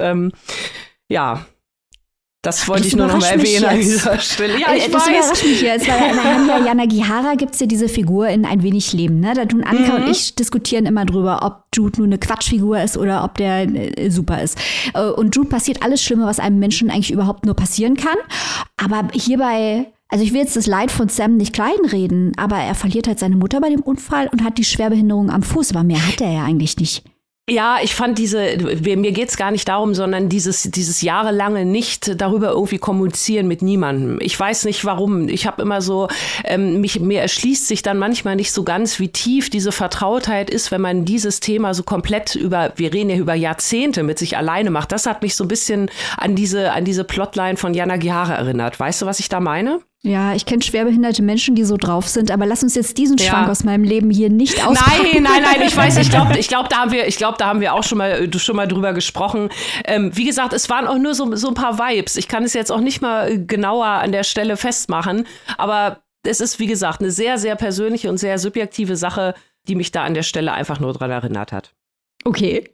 Ja. Das wollte ich nur noch mal erwähnen an dieser Stelle. Ja, ich das weiß. Überrascht mich jetzt, weil in Hannah Yanagihara gibt es ja diese Figur in Ein wenig Leben. Ne? Da tun Anka und ich diskutieren immer drüber, ob Jude nur eine Quatschfigur ist oder ob der super ist. Und Jude passiert alles Schlimme, was einem Menschen eigentlich überhaupt nur passieren kann. Aber hierbei, also ich will jetzt das Leid von Sam nicht kleinreden, aber er verliert halt seine Mutter bei dem Unfall und hat die Schwerbehinderung am Fuß. Aber mehr hat er ja eigentlich nicht. Ja, ich fand mir geht's gar nicht darum, sondern dieses jahrelange nicht darüber irgendwie kommunizieren mit niemandem. Ich weiß nicht warum. Ich habe immer so, mir erschließt sich dann manchmal nicht so ganz, wie tief diese Vertrautheit ist, wenn man dieses Thema so komplett wir reden ja über Jahrzehnte mit sich alleine macht. Das hat mich so ein bisschen an diese Plotline von Yanagihara erinnert. Weißt du, was ich da meine? Ja, ich kenne schwerbehinderte Menschen, die so drauf sind, aber lass uns jetzt diesen Schwank aus meinem Leben hier nicht auspacken. Nein, ich weiß, ich glaube, da haben wir auch schon mal drüber gesprochen. Wie gesagt, es waren auch nur so ein paar Vibes. Ich kann es jetzt auch nicht mal genauer an der Stelle festmachen, aber es ist, wie gesagt, eine sehr, sehr persönliche und sehr subjektive Sache, die mich da an der Stelle einfach nur dran erinnert hat. Okay.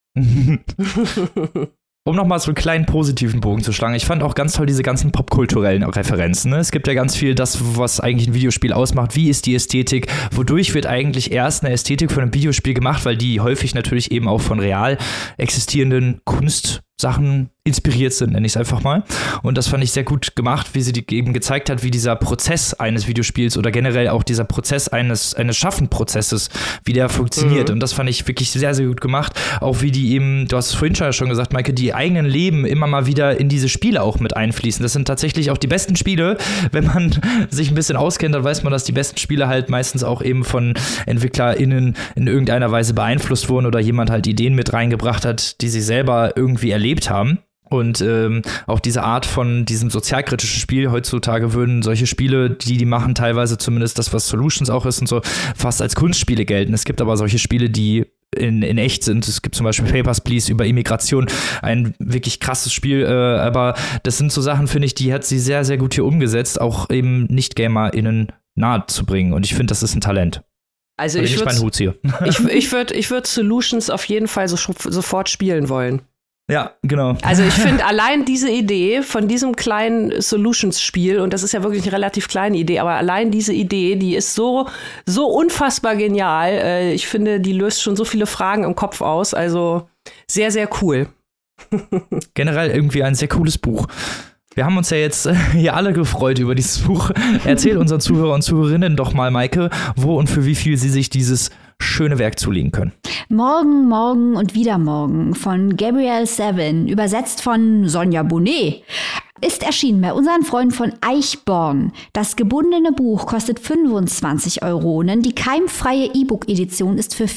Um nochmal so einen kleinen positiven Bogen zu schlagen. Ich fand auch ganz toll diese ganzen popkulturellen Referenzen. Ne? Es gibt ja ganz viel das, was eigentlich ein Videospiel ausmacht. Wie ist die Ästhetik? Wodurch wird eigentlich erst eine Ästhetik von einem Videospiel gemacht? Weil die häufig natürlich eben auch von real existierenden Kunstsachen inspiriert sind, nenne ich es einfach mal. Und das fand ich sehr gut gemacht, wie sie eben gezeigt hat, wie dieser Prozess eines Videospiels oder generell auch dieser Prozess eines Schaffenprozesses, wie der funktioniert. Und das fand ich wirklich sehr, sehr gut gemacht. Auch wie die eben, du hast es vorhin schon gesagt, Maike, die eigenen Leben immer mal wieder in diese Spiele auch mit einfließen. Das sind tatsächlich auch die besten Spiele. Wenn man sich ein bisschen auskennt, dann weiß man, dass die besten Spiele halt meistens auch eben von EntwicklerInnen in irgendeiner Weise beeinflusst wurden oder jemand halt Ideen mit reingebracht hat, die sie selber irgendwie erlebt haben. Und auch diese Art von diesem sozialkritischen Spiel, heutzutage würden solche Spiele, die machen teilweise zumindest das, was Solutions auch ist und so, fast als Kunstspiele gelten. Es gibt aber solche Spiele, die in echt sind. Es gibt zum Beispiel Papers, Please über Immigration, ein wirklich krasses Spiel, aber das sind so Sachen, finde ich, die hat sie sehr, sehr gut hier umgesetzt, auch eben Nicht-GamerInnen nahe zu bringen. Und ich finde, das ist ein Talent. Also ich würde Solutions auf jeden Fall sofort spielen wollen. Ja, genau. Also ich finde allein diese Idee von diesem kleinen Solutions-Spiel, und das ist ja wirklich eine relativ kleine Idee, aber allein diese Idee, die ist so unfassbar genial. Ich finde, die löst schon so viele Fragen im Kopf aus. Also sehr, sehr cool. Generell irgendwie ein sehr cooles Buch. Wir haben uns ja jetzt hier alle gefreut über dieses Buch. Erzähl unseren Zuhörer und Zuhörerinnen doch mal, Maike, wo und für wie viel sie sich dieses schöne Werk zulegen können. Morgen, morgen und wieder morgen von Gabrielle Sevin, übersetzt von Sonja Bonet, ist erschienen bei unseren Freunden von Eichborn. Das gebundene Buch kostet 25 €. Die keimfreie E-Book-Edition ist für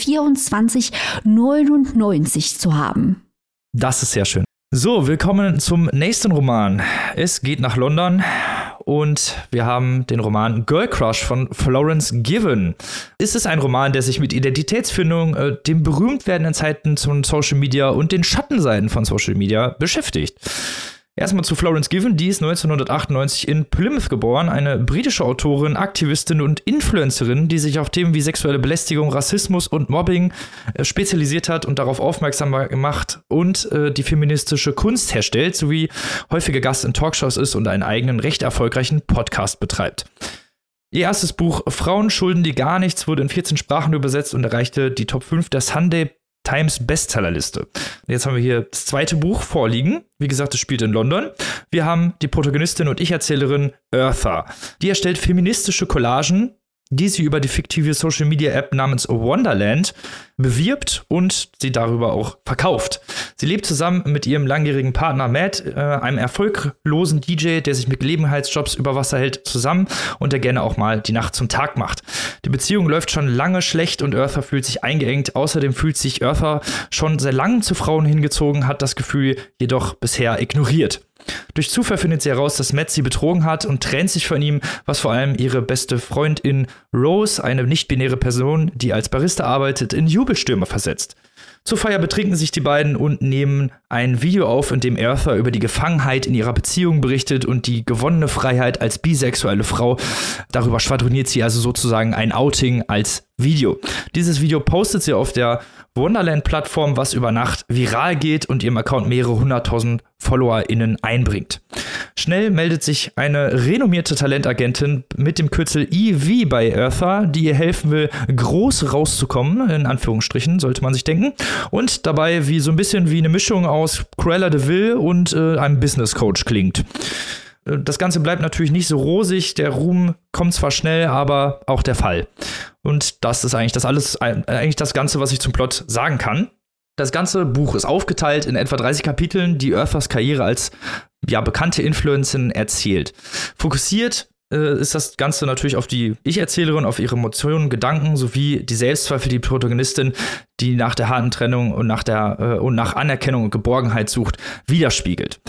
24,99 € zu haben. Das ist sehr schön. So, willkommen zum nächsten Roman. Es geht nach London und wir haben den Roman Girl Crush von Florence Given. Es ist ein Roman, der sich mit Identitätsfindung, dem Berühmtwerden in Zeiten von Social Media und den Schattenseiten von Social Media beschäftigt. Erstmal zu Florence Given, die ist 1998 in Plymouth geboren, eine britische Autorin, Aktivistin und Influencerin, die sich auf Themen wie sexuelle Belästigung, Rassismus und Mobbing spezialisiert hat und darauf aufmerksam gemacht und die feministische Kunst herstellt, sowie häufiger Gast in Talkshows ist und einen eigenen, recht erfolgreichen Podcast betreibt. Ihr erstes Buch Frauen schulden dir gar nichts wurde in 14 Sprachen übersetzt und erreichte die Top 5 der Sunday Times Bestsellerliste. Jetzt haben wir hier das zweite Buch vorliegen. Wie gesagt, es spielt in London. Wir haben die Protagonistin und Ich-Erzählerin Eartha. Die erstellt feministische Collagen, die sie über die fiktive Social-Media-App namens Wonderland bewirbt und sie darüber auch verkauft. Sie lebt zusammen mit ihrem langjährigen Partner Matt, einem erfolglosen DJ, der sich mit Gelegenheitsjobs über Wasser hält, zusammen und der gerne auch mal die Nacht zum Tag macht. Die Beziehung läuft schon lange schlecht und Eartha fühlt sich eingeengt. Außerdem fühlt sich Eartha schon seit langem zu Frauen hingezogen, hat das Gefühl jedoch bisher ignoriert. Durch Zufall findet sie heraus, dass Matt sie betrogen hat und trennt sich von ihm, was vor allem ihre beste Freundin Rose, eine nicht-binäre Person, die als Barista arbeitet, in Jubelstürme versetzt. Zur Feier betrinken sich die beiden und nehmen ein Video auf, in dem Eartha über die Gefangenheit in ihrer Beziehung berichtet und die gewonnene Freiheit als bisexuelle Frau. Darüber schwadroniert sie also sozusagen ein Outing als Video. Dieses Video postet sie auf der Wonderland-Plattform, was über Nacht viral geht und ihrem Account mehrere 100.000 FollowerInnen einbringt. Schnell meldet sich eine renommierte Talentagentin mit dem Kürzel EV bei Eartha, die ihr helfen will, groß rauszukommen, in Anführungsstrichen, sollte man sich denken. Und dabei wie so ein bisschen wie eine Mischung aus Cruella de Vil und einem Business Coach klingt. Das Ganze bleibt natürlich nicht so rosig, der Ruhm kommt zwar schnell, aber auch der Fall. Und das ist eigentlich das Ganze, was ich zum Plot sagen kann. Das ganze Buch ist aufgeteilt in etwa 30 Kapiteln, die Earthas Karriere als bekannte Influencerin erzählt. Fokussiert ist das Ganze natürlich auf die Ich-Erzählerin, auf ihre Emotionen, Gedanken sowie die Selbstzweifel, die Protagonistin, die nach der harten Trennung und nach Anerkennung und Geborgenheit sucht, widerspiegelt.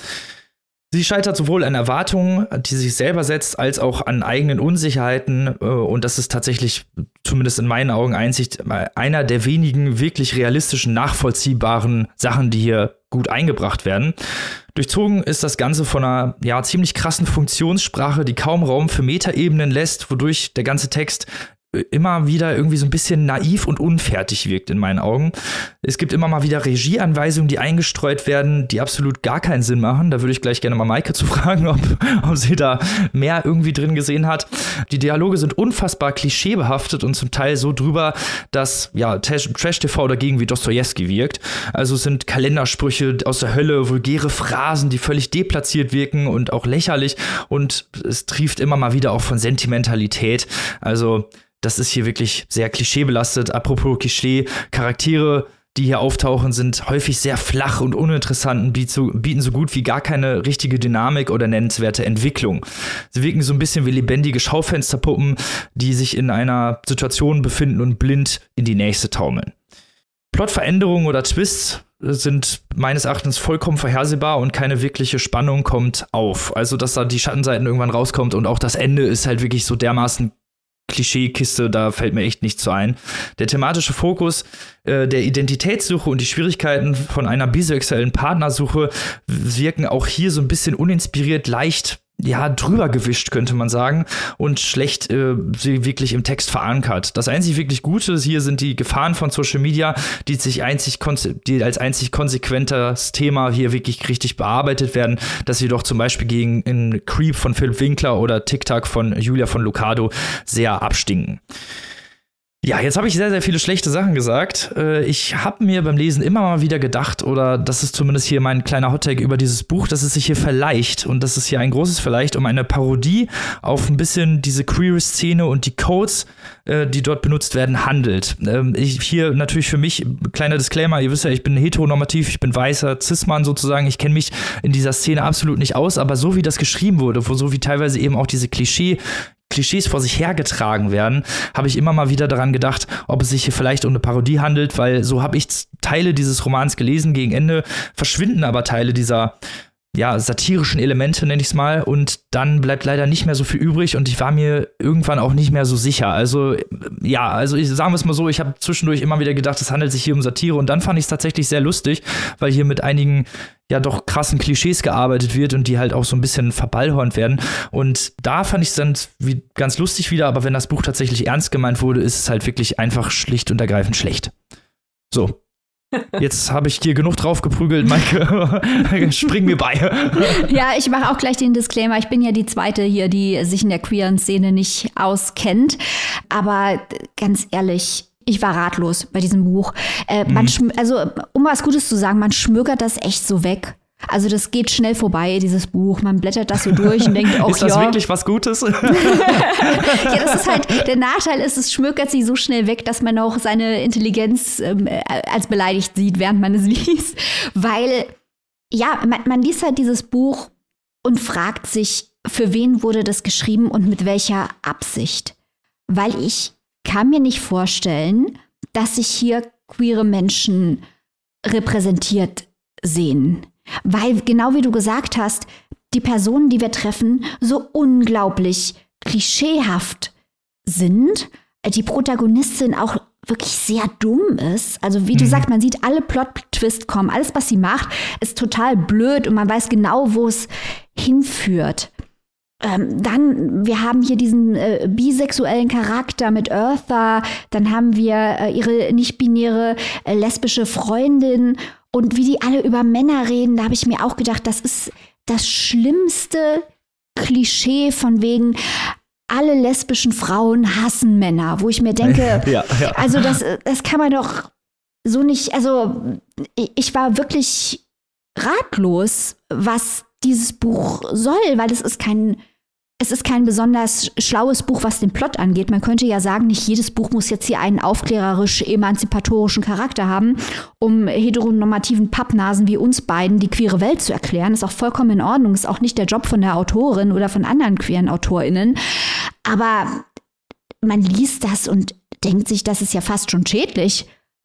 Sie scheitert sowohl an Erwartungen, die sie sich selber setzt, als auch an eigenen Unsicherheiten. Und das ist tatsächlich, zumindest in meinen Augen, einer der wenigen wirklich realistischen, nachvollziehbaren Sachen, die hier gut eingebracht werden. Durchzogen ist das Ganze von einer ziemlich krassen Funktionssprache, die kaum Raum für Metaebenen lässt, wodurch der ganze Text immer wieder irgendwie so ein bisschen naiv und unfertig wirkt in meinen Augen. Es gibt immer mal wieder Regieanweisungen, die eingestreut werden, die absolut gar keinen Sinn machen. Da würde ich gleich gerne mal Maike zu fragen, ob sie da mehr irgendwie drin gesehen hat. Die Dialoge sind unfassbar klischeebehaftet und zum Teil so drüber, dass Trash-TV dagegen wie Dostojewski wirkt. Also es sind Kalendersprüche aus der Hölle, vulgäre Phrasen, die völlig deplatziert wirken und auch lächerlich. Und es trieft immer mal wieder auch von Sentimentalität. Also das ist hier wirklich sehr klischeebelastet. Apropos Klischee, Charaktere, die hier auftauchen, sind häufig sehr flach und uninteressant und bieten so gut wie gar keine richtige Dynamik oder nennenswerte Entwicklung. Sie wirken so ein bisschen wie lebendige Schaufensterpuppen, die sich in einer Situation befinden und blind in die nächste taumeln. Plotveränderungen oder Twists sind meines Erachtens vollkommen vorhersehbar und keine wirkliche Spannung kommt auf. Also, dass da die Schattenseiten irgendwann rauskommt und auch das Ende ist halt wirklich so dermaßen Klischeekiste, da fällt mir echt nichts so ein. Der thematische Fokus der Identitätssuche und die Schwierigkeiten von einer bisexuellen Partnersuche wirken auch hier so ein bisschen uninspiriert, leicht drüber gewischt, könnte man sagen, und schlecht sie wirklich im Text verankert. Das einzig wirklich Gute hier sind die Gefahren von Social Media, die als einzig konsequentes Thema hier wirklich richtig bearbeitet werden, dass sie doch zum Beispiel gegen in Creep von Philipp Winkler oder TikTok von Julia von Lucado sehr abstinken. Ja, jetzt habe ich sehr, sehr viele schlechte Sachen gesagt. Ich habe mir beim Lesen immer mal wieder gedacht, oder das ist zumindest hier mein kleiner Hottake über dieses Buch, dass es sich hier vielleicht, und das ist hier ein großes Vielleicht, um eine Parodie auf ein bisschen diese Queer-Szene und die Codes, die dort benutzt werden, handelt. Hier natürlich für mich, kleiner Disclaimer, ihr wisst ja, ich bin heteronormativ, ich bin weißer Cis-Mann sozusagen, ich kenne mich in dieser Szene absolut nicht aus, aber so wie das geschrieben wurde, so wie teilweise eben auch diese Klischees vor sich hergetragen werden, habe ich immer mal wieder daran gedacht, ob es sich hier vielleicht um eine Parodie handelt, weil so habe ich Teile dieses Romans gelesen, gegen Ende verschwinden aber Teile dieser satirischen Elemente, nenne ich es mal, und dann bleibt leider nicht mehr so viel übrig und ich war mir irgendwann auch nicht mehr so sicher. Also sagen wir es mal so, ich habe zwischendurch immer wieder gedacht, es handelt sich hier um Satire und dann fand ich es tatsächlich sehr lustig, weil hier mit einigen ja doch krassen Klischees gearbeitet wird und die halt auch so ein bisschen verballhornt werden. Und da fand ich es dann ganz lustig wieder, aber wenn das Buch tatsächlich ernst gemeint wurde, ist es halt wirklich einfach schlicht und ergreifend schlecht. So. Jetzt habe ich hier genug drauf geprügelt, Maike. Spring mir bei. Ja, ich mache auch gleich den Disclaimer. Ich bin ja die Zweite hier, die sich in der queeren Szene nicht auskennt. Aber ganz ehrlich, ich war ratlos bei diesem Buch. Also, um was Gutes zu sagen, man schmökert das echt so weg. Also das geht schnell vorbei, dieses Buch. Man blättert das so durch und denkt, oh, ist das wirklich was Gutes? Ja, das ist halt, der Nachteil ist, es schmökert sich so schnell weg, dass man auch seine Intelligenz als beleidigt sieht, während man es liest. Weil, ja, man liest halt dieses Buch und fragt sich, für wen wurde das geschrieben und mit welcher Absicht? Weil ich kann mir nicht vorstellen, dass sich hier queere Menschen repräsentiert sehen. Weil, genau wie du gesagt hast, die Personen, die wir treffen, so unglaublich klischeehaft sind. Die Protagonistin auch wirklich sehr dumm ist. Also wie du sagst, man sieht alle Plot-Twists kommen. Alles, was sie macht, ist total blöd und man weiß genau, wo es hinführt. Dann, wir haben hier diesen bisexuellen Charakter mit Eartha, dann haben wir ihre nicht-binäre lesbische Freundin und wie die alle über Männer reden, da habe ich mir auch gedacht, das ist das schlimmste Klischee von wegen, alle lesbischen Frauen hassen Männer, wo ich mir denke, ja. Also das kann man doch so nicht, also ich war wirklich ratlos, was dieses Buch soll, weil es ist kein besonders schlaues Buch, was den Plot angeht. Man könnte ja sagen, nicht jedes Buch muss jetzt hier einen aufklärerisch-emanzipatorischen Charakter haben, um heteronormativen Pappnasen wie uns beiden die queere Welt zu erklären. Ist auch vollkommen in Ordnung. Ist auch nicht der Job von der Autorin oder von anderen queeren AutorInnen. Aber man liest das und denkt sich, das ist ja fast schon schädlich.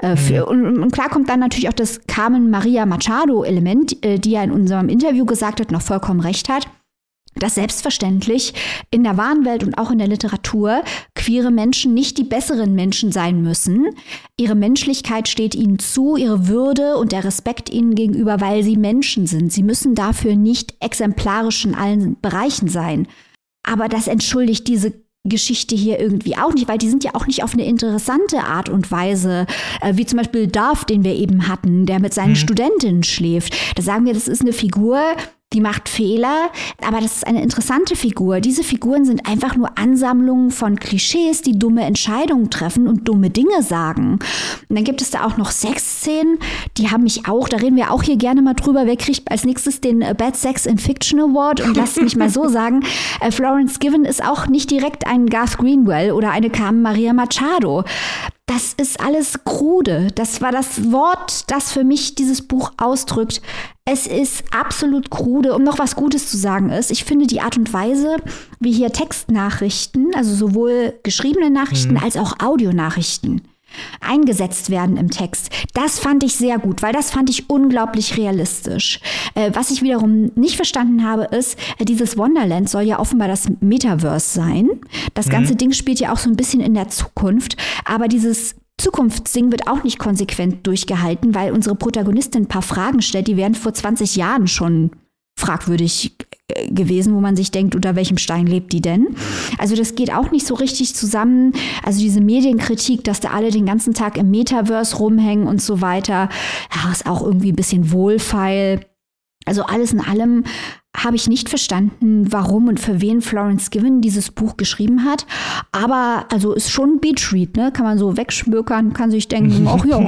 Und klar kommt dann natürlich auch das Carmen Maria Machado-Element, die ja in unserem Interview gesagt hat, noch vollkommen recht hat, dass selbstverständlich in der wahren Welt und auch in der Literatur queere Menschen nicht die besseren Menschen sein müssen. Ihre Menschlichkeit steht ihnen zu, ihre Würde und der Respekt ihnen gegenüber, weil sie Menschen sind. Sie müssen dafür nicht exemplarisch in allen Bereichen sein. Aber das entschuldigt diese Geschichte hier irgendwie auch nicht, weil die sind ja auch nicht auf eine interessante Art und Weise, wie zum Beispiel Darth, den wir eben hatten, der mit seinen Studentinnen schläft. Da sagen wir, das ist eine Figur, die macht Fehler, aber das ist eine interessante Figur. Diese Figuren sind einfach nur Ansammlungen von Klischees, die dumme Entscheidungen treffen und dumme Dinge sagen. Und dann gibt es da auch noch Sexszenen, die haben mich auch, da reden wir auch hier gerne mal drüber, wer kriegt als nächstes den Bad Sex in Fiction Award? Und lasst mich mal so sagen, Florence Given ist auch nicht direkt ein Garth Greenwell oder eine Carmen Maria Machado. Das ist alles krude. Das war das Wort, das für mich dieses Buch ausdrückt. Es ist absolut krude. Um noch was Gutes zu sagen ist, ich finde die Art und Weise, wie hier Textnachrichten, also sowohl geschriebene Nachrichten als auch Audionachrichten eingesetzt werden im Text. Das fand ich sehr gut, weil das fand ich unglaublich realistisch. Was ich wiederum nicht verstanden habe, ist, dieses Wonderland soll ja offenbar das Metaverse sein. Das ganze Ding spielt ja auch so ein bisschen in der Zukunft, aber dieses Zukunftsding wird auch nicht konsequent durchgehalten, weil unsere Protagonistin ein paar Fragen stellt, die wären vor 20 Jahren schon fragwürdig gewesen, wo man sich denkt, unter welchem Stein lebt die denn? Also das geht auch nicht so richtig zusammen. Also diese Medienkritik, dass da alle den ganzen Tag im Metaverse rumhängen und so weiter, ja, ist auch irgendwie ein bisschen wohlfeil. Also alles in allem habe ich nicht verstanden, warum und für wen Florence Given dieses Buch geschrieben hat. Aber also ist schon ein Beach-Read, ne? Kann man so wegschmökern, kann sich denken, ach ja.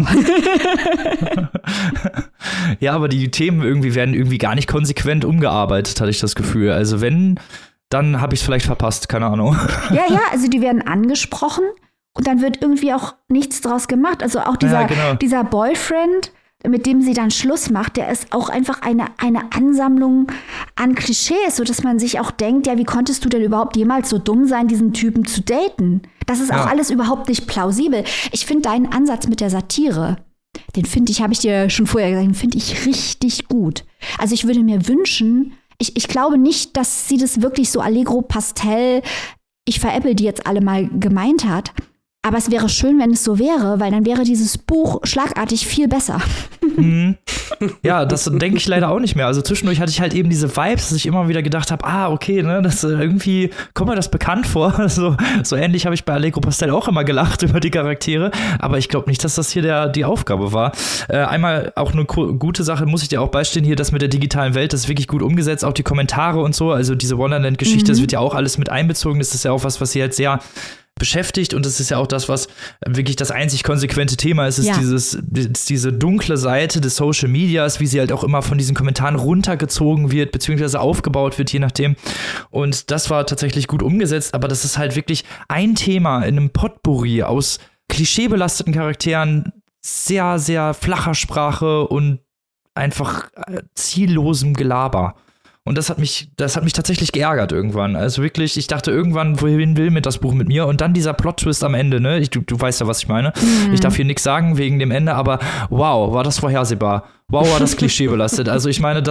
Ja, aber die Themen irgendwie werden irgendwie gar nicht konsequent umgearbeitet, hatte ich das Gefühl. Also wenn, dann habe ich es vielleicht verpasst, keine Ahnung. Ja, also die werden angesprochen und dann wird irgendwie auch nichts draus gemacht. Also auch dieser Boyfriend, mit dem sie dann Schluss macht, der ist auch einfach eine Ansammlung an Klischees, sodass man sich auch denkt, ja, wie konntest du denn überhaupt jemals so dumm sein, diesen Typen zu daten? Das ist auch alles überhaupt nicht plausibel. Ich finde deinen Ansatz mit der Satire, den finde ich, habe ich dir schon vorher gesagt, den finde ich richtig gut. Also ich würde mir wünschen, ich glaube nicht, dass sie das wirklich so Allegro Pastel, ich veräpple die jetzt alle mal gemeint hat, Aber es wäre schön, wenn es so wäre, weil dann wäre dieses Buch schlagartig viel besser. Ja, das denke ich leider auch nicht mehr. Also zwischendurch hatte ich halt eben diese Vibes, dass ich immer wieder gedacht habe, okay, ne, das irgendwie kommt mir das bekannt vor. So ähnlich habe ich bei Allegro Pastel auch immer gelacht über die Charaktere. Aber ich glaube nicht, dass das hier die Aufgabe war. Einmal auch eine gute Sache, muss ich dir auch beistehen hier, das mit der digitalen Welt, das ist wirklich gut umgesetzt, auch die Kommentare und so. Also diese Wonderland-Geschichte, das wird ja auch alles mit einbezogen. Das ist ja auch was sie halt sehr beschäftigt und das ist ja auch das, was wirklich das einzig konsequente Thema ist, diese dunkle Seite des Social Medias, wie sie halt auch immer von diesen Kommentaren runtergezogen wird, beziehungsweise aufgebaut wird, je nachdem. Und das war tatsächlich gut umgesetzt, aber das ist halt wirklich ein Thema in einem Potpourri aus klischeebelasteten Charakteren, sehr, sehr flacher Sprache und einfach ziellosem Gelaber. Und das hat mich tatsächlich geärgert irgendwann. Also wirklich, ich dachte irgendwann, wohin will mit das Buch mit mir? Und dann dieser Plot-Twist am Ende, ne? Du weißt ja, was ich meine. Ich darf hier nichts sagen wegen dem Ende, aber wow, war das vorhersehbar. Wow, war das klischeebelastet. Also ich meine,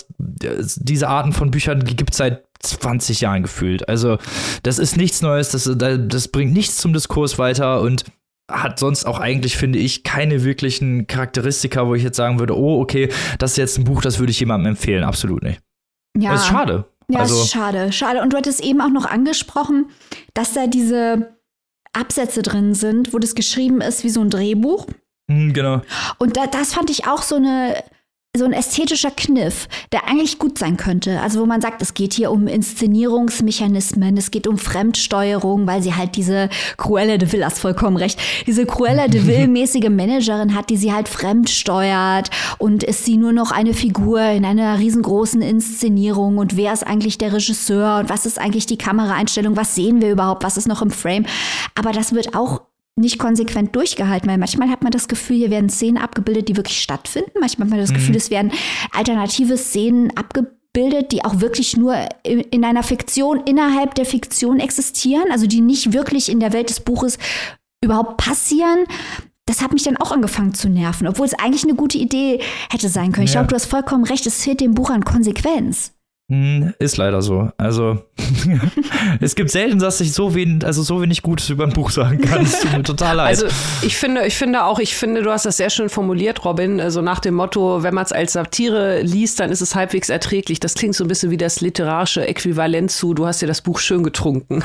diese Arten von Büchern gibt es seit 20 Jahren gefühlt. Also das ist nichts Neues, das bringt nichts zum Diskurs weiter und hat sonst auch eigentlich, finde ich, keine wirklichen Charakteristika, wo ich jetzt sagen würde, okay, das ist jetzt ein Buch, das würde ich jemandem empfehlen. Absolut nicht. Ja. Das ist schade. Ja, also, ist schade. Und du hattest eben auch noch angesprochen, dass da diese Absätze drin sind, wo das geschrieben ist wie so ein Drehbuch. Genau. Und das fand ich auch so ein ästhetischer Kniff, der eigentlich gut sein könnte. Also wo man sagt, es geht hier um Inszenierungsmechanismen, es geht um Fremdsteuerung, weil sie halt diese Cruella de Vil, hast vollkommen recht, diese Cruella de Vil-mäßige Managerin hat, die sie halt fremdsteuert und ist sie nur noch eine Figur in einer riesengroßen Inszenierung und wer ist eigentlich der Regisseur und was ist eigentlich die Kameraeinstellung, was sehen wir überhaupt, was ist noch im Frame. Aber das wird auch nicht konsequent durchgehalten, weil manchmal hat man das Gefühl, hier werden Szenen abgebildet, die wirklich stattfinden. Manchmal hat man das Gefühl, es werden alternative Szenen abgebildet, die auch wirklich nur in einer Fiktion, innerhalb der Fiktion existieren, also die nicht wirklich in der Welt des Buches überhaupt passieren. Das hat mich dann auch angefangen zu nerven, obwohl es eigentlich eine gute Idee hätte sein können. Ich glaube, du hast vollkommen recht, es fehlt dem Buch an Konsequenz. Ist leider so. Also es gibt selten, dass ich so wenig Gutes über ein Buch sagen kann. Es tut mir total leid. Also ich finde, du hast das sehr schön formuliert, Robin, so nach dem Motto, wenn man es als Satire liest, dann ist es halbwegs erträglich. Das klingt so ein bisschen wie das literarische Äquivalent zu, du hast dir das Buch schön getrunken.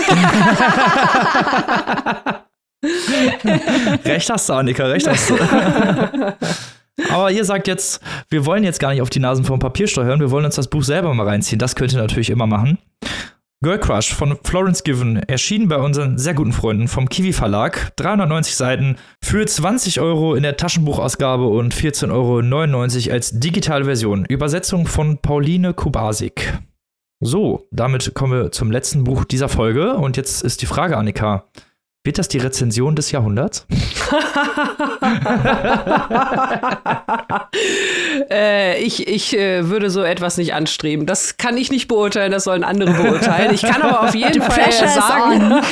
Recht hast du, Annika, recht hast du. Aber ihr sagt jetzt, wir wollen jetzt gar nicht auf die Nasen vom Papierstau hören, wir wollen uns das Buch selber mal reinziehen. Das könnt ihr natürlich immer machen. Girl Crush von Florence Given, erschienen bei unseren sehr guten Freunden vom Kiwi Verlag. 390 Seiten für 20 € in der Taschenbuchausgabe und 14,99 € als digitale Version. Übersetzung von Pauline Kubasik. So, damit kommen wir zum letzten Buch dieser Folge. Und jetzt ist die Frage, Annika, wird das die Rezension des Jahrhunderts? Ich würde so etwas nicht anstreben. Das kann ich nicht beurteilen, das sollen andere beurteilen. Ich kann aber auf jeden Fall sagen,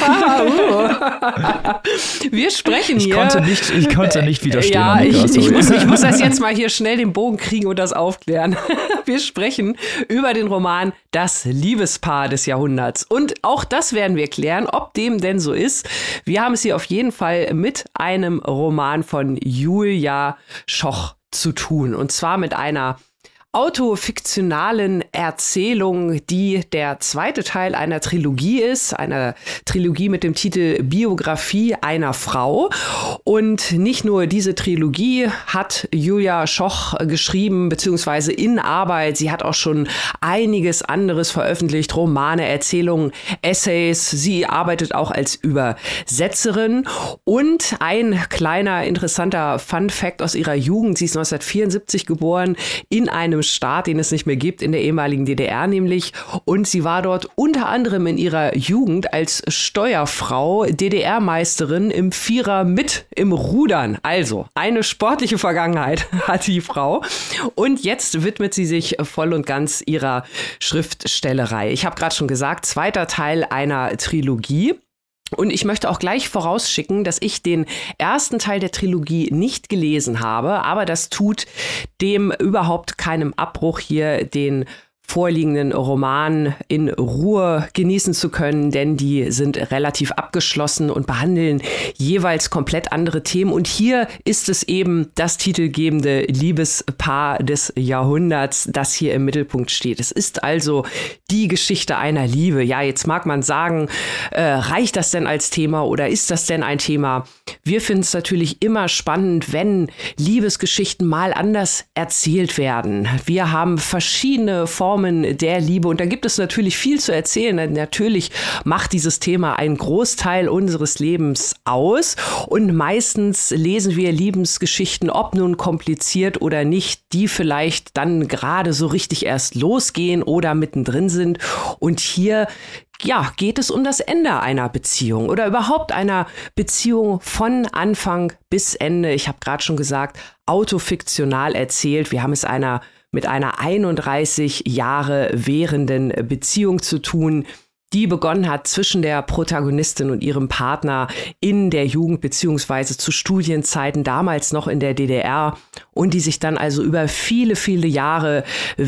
wir sprechen hier. Ich konnte nicht widerstehen. Ja, ich muss das jetzt mal hier schnell den Bogen kriegen und das aufklären. Wir sprechen über den Roman Das Liebespaar des Jahrhunderts. Und auch das werden wir klären, ob dem denn so ist. Wir haben es hier auf jeden Fall mit einem Roman von Julia Schoch zu tun. Und zwar mit einer autofiktionalen Erzählung, die der zweite Teil einer Trilogie ist, einer Trilogie mit dem Titel Biografie einer Frau. Und nicht nur diese Trilogie hat Julia Schoch geschrieben, beziehungsweise in Arbeit. Sie hat auch schon einiges anderes veröffentlicht, Romane, Erzählungen, Essays. Sie arbeitet auch als Übersetzerin. Und ein kleiner, interessanter Fun-Fact aus ihrer Jugend. Sie ist 1974 geboren in einem Staat, den es nicht mehr gibt, in der ehemaligen DDR nämlich. Und sie war dort unter anderem in ihrer Jugend als Steuerfrau DDR-Meisterin im Vierer mit im Rudern. Also eine sportliche Vergangenheit hat die Frau. Und jetzt widmet sie sich voll und ganz ihrer Schriftstellerei. Ich habe gerade schon gesagt, zweiter Teil einer Trilogie. Und ich möchte auch gleich vorausschicken, dass ich den ersten Teil der Trilogie nicht gelesen habe, aber das tut dem überhaupt keinem Abbruch hier den vorliegenden Romanen in Ruhe genießen zu können, denn die sind relativ abgeschlossen und behandeln jeweils komplett andere Themen. Und hier ist es eben das titelgebende Liebespaar des Jahrhunderts, das hier im Mittelpunkt steht. Es ist also die Geschichte einer Liebe. Ja, jetzt mag man sagen, reicht das denn als Thema oder ist das denn ein Thema? Wir finden es natürlich immer spannend, wenn Liebesgeschichten mal anders erzählt werden. Wir haben verschiedene Formen der Liebe und da gibt es natürlich viel zu erzählen. Natürlich macht dieses Thema einen Großteil unseres Lebens aus und meistens lesen wir Liebesgeschichten, ob nun kompliziert oder nicht, die vielleicht dann gerade so richtig erst losgehen oder mittendrin sind. Und hier geht es um das Ende einer Beziehung oder überhaupt einer Beziehung von Anfang bis Ende. Ich habe gerade schon gesagt, autofiktional erzählt. Wir haben es mit einer 31 Jahre währenden Beziehung zu tun, die begonnen hat zwischen der Protagonistin und ihrem Partner in der Jugend beziehungsweise zu Studienzeiten, damals noch in der DDR, und die sich dann also über viele, viele Jahre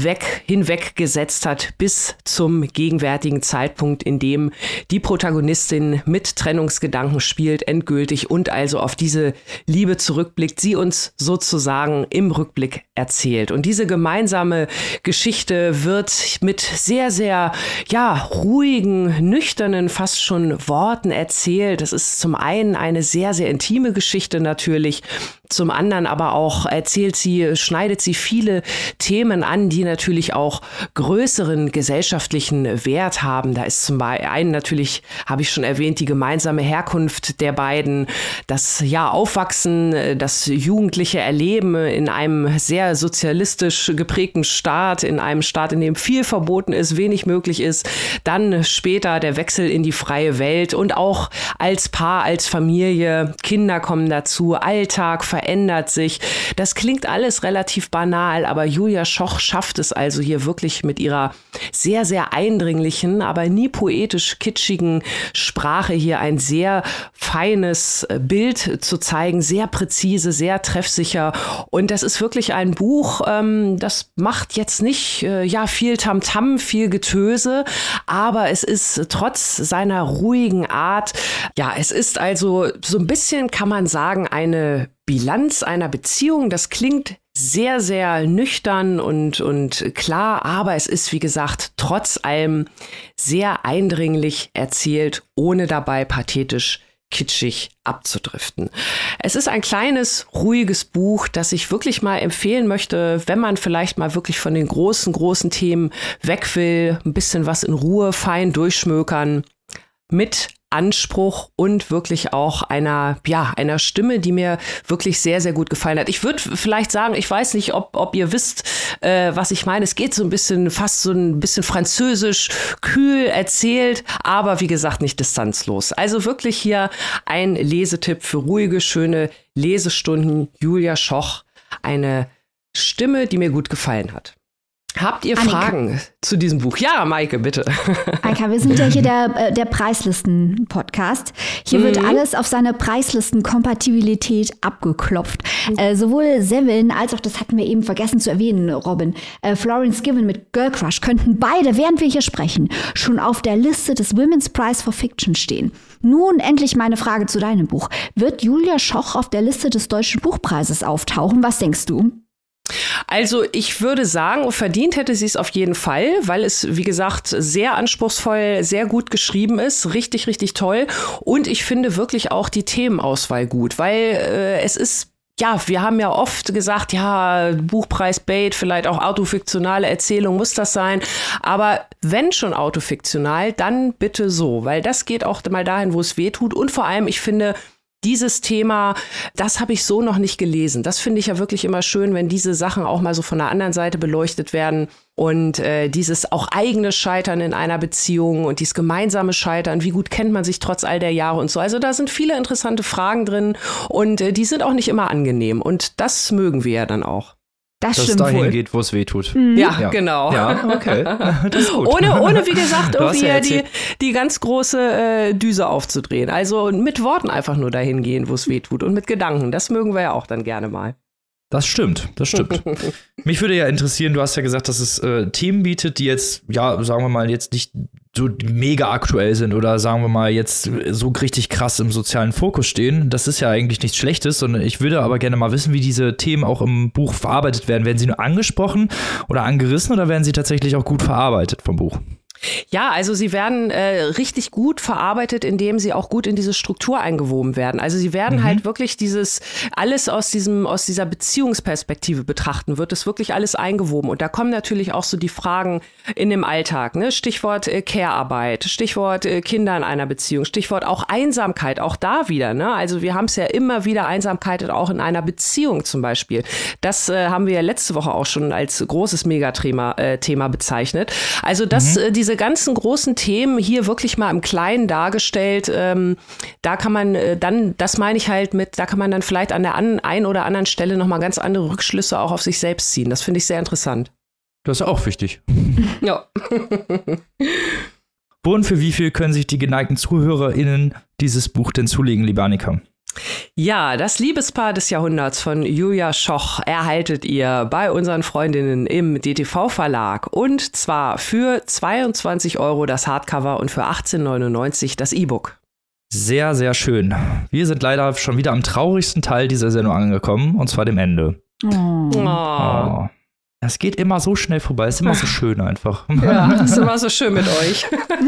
hinweggesetzt hat bis zum gegenwärtigen Zeitpunkt, in dem die Protagonistin mit Trennungsgedanken spielt, endgültig, und also auf diese Liebe zurückblickt, sie uns sozusagen im Rückblick erzählt. Und diese gemeinsame Geschichte wird mit sehr, sehr, ruhigen, nüchternen, fast schon Worten erzählt. Das ist zum einen eine sehr, sehr intime Geschichte natürlich, zum anderen aber auch schneidet sie viele Themen an, die natürlich auch größeren gesellschaftlichen Wert haben. Da ist zum einen natürlich, habe ich schon erwähnt, die gemeinsame Herkunft der beiden, das Aufwachsen, das jugendliche Erleben in einem sehr sozialistisch geprägten Staat, in einem Staat, in dem viel verboten ist, wenig möglich ist, dann später der Wechsel in die freie Welt und auch als Paar, als Familie, Kinder kommen dazu, Alltag verändert sich. Das klingt alles relativ banal, aber Julia Schoch schafft es also hier wirklich mit ihrer sehr, sehr eindringlichen, aber nie poetisch kitschigen Sprache hier ein sehr feines Bild zu zeigen, sehr präzise, sehr treffsicher. Und das ist wirklich ein Buch, das macht jetzt nicht viel Tamtam, viel Getöse, aber es ist trotz seiner ruhigen Art, es ist also so ein bisschen, kann man sagen, eine Bilanz einer Beziehung. Das klingt sehr, sehr nüchtern und klar, aber es ist, wie gesagt, trotz allem sehr eindringlich erzählt, ohne dabei pathetisch kitschig abzudriften. Es ist ein kleines, ruhiges Buch, das ich wirklich mal empfehlen möchte, wenn man vielleicht mal wirklich von den großen Themen weg will, ein bisschen was in Ruhe, fein durchschmökern, mit Anspruch und wirklich auch einer Stimme, die mir wirklich sehr, sehr gut gefallen hat. Ich würde vielleicht sagen, ich weiß nicht, ob ihr wisst, was ich meine. Es geht fast so ein bisschen französisch, kühl erzählt, aber wie gesagt nicht distanzlos. Also wirklich hier ein Lesetipp für ruhige, schöne Lesestunden. Julia Schoch, eine Stimme, die mir gut gefallen hat. Habt ihr Annika. Fragen zu diesem Buch? Ja, Maike, bitte. Annika, wir sind ja hier der Preislisten-Podcast. Hier wird alles auf seine Preislisten-Kompatibilität abgeklopft. Sowohl Seven als auch, das hatten wir eben vergessen zu erwähnen, Robin, Florence Given mit Girl Crush könnten beide, während wir hier sprechen, schon auf der Liste des Women's Prize for Fiction stehen. Nun endlich meine Frage zu deinem Buch. Wird Julia Schoch auf der Liste des Deutschen Buchpreises auftauchen? Was denkst du? Also ich würde sagen, verdient hätte sie es auf jeden Fall, weil es, wie gesagt, sehr anspruchsvoll, sehr gut geschrieben ist, richtig, richtig toll. Und ich finde wirklich auch die Themenauswahl gut, weil es ist, wir haben ja oft gesagt, Buchpreis Bait, vielleicht auch autofiktionale Erzählung muss das sein. Aber wenn schon autofiktional, dann bitte so, weil das geht auch mal dahin, wo es weh tut. Und vor allem, ich finde, dieses Thema, das habe ich so noch nicht gelesen. Das finde ich ja wirklich immer schön, wenn diese Sachen auch mal so von der anderen Seite beleuchtet werden. Und dieses auch eigene Scheitern in einer Beziehung und dieses gemeinsame Scheitern, wie gut kennt man sich trotz all der Jahre und so. Also da sind viele interessante Fragen drin und die sind auch nicht immer angenehm. Und das mögen wir ja dann auch. Das dass stimmt es dahin wohl. geht, wo es weh tut. Ja, genau. Ja, okay. Das ist gut. Ohne, wie gesagt, Du hast irgendwie ja die ganz große Düse aufzudrehen. Also mit Worten einfach nur dahin gehen, wo es weh tut und mit Gedanken. Das mögen wir ja auch dann gerne mal. Das stimmt. Mich würde ja interessieren, du hast ja gesagt, dass es Themen bietet, die jetzt, ja, sagen wir mal, jetzt nicht so mega aktuell sind oder sagen wir mal jetzt so richtig krass im sozialen Fokus stehen. Das ist ja eigentlich nichts Schlechtes, sondern ich würde aber gerne mal wissen, wie diese Themen auch im Buch verarbeitet werden. Werden sie nur angesprochen oder angerissen oder werden sie tatsächlich auch gut verarbeitet vom Buch? Ja, also sie werden richtig gut verarbeitet, indem sie auch gut in diese Struktur eingewoben werden. Also sie werden halt wirklich alles aus dieser Beziehungsperspektive betrachten, wird es wirklich alles eingewoben. Und da kommen natürlich auch so die Fragen in dem Alltag, ne? Stichwort Care-Arbeit, Stichwort Kinder in einer Beziehung, Stichwort auch Einsamkeit, auch da wieder, ne? Also wir haben es ja immer wieder, Einsamkeit auch in einer Beziehung zum Beispiel. Das haben wir ja letzte Woche auch schon als großes Thema bezeichnet. Also diese ganzen großen Themen hier wirklich mal im Kleinen dargestellt, da kann man dann, das meine ich halt da kann man dann vielleicht an der einen oder anderen Stelle nochmal ganz andere Rückschlüsse auch auf sich selbst ziehen. Das finde ich sehr interessant. Das ist auch wichtig. Ja. Wo und für wie viel können sich die geneigten ZuhörerInnen dieses Buch denn zulegen, liebe Annika? Ja, das Liebespaar des Jahrhunderts von Julia Schoch erhaltet ihr bei unseren Freundinnen im DTV-Verlag. Und zwar für 22 € das Hardcover und für 18,99 € das E-Book. Sehr, sehr schön. Wir sind leider schon wieder am traurigsten Teil dieser Sendung angekommen, und zwar dem Ende. Oh. Es geht immer so schnell vorbei, es ist immer so schön einfach. Ja, es ist immer so schön mit euch.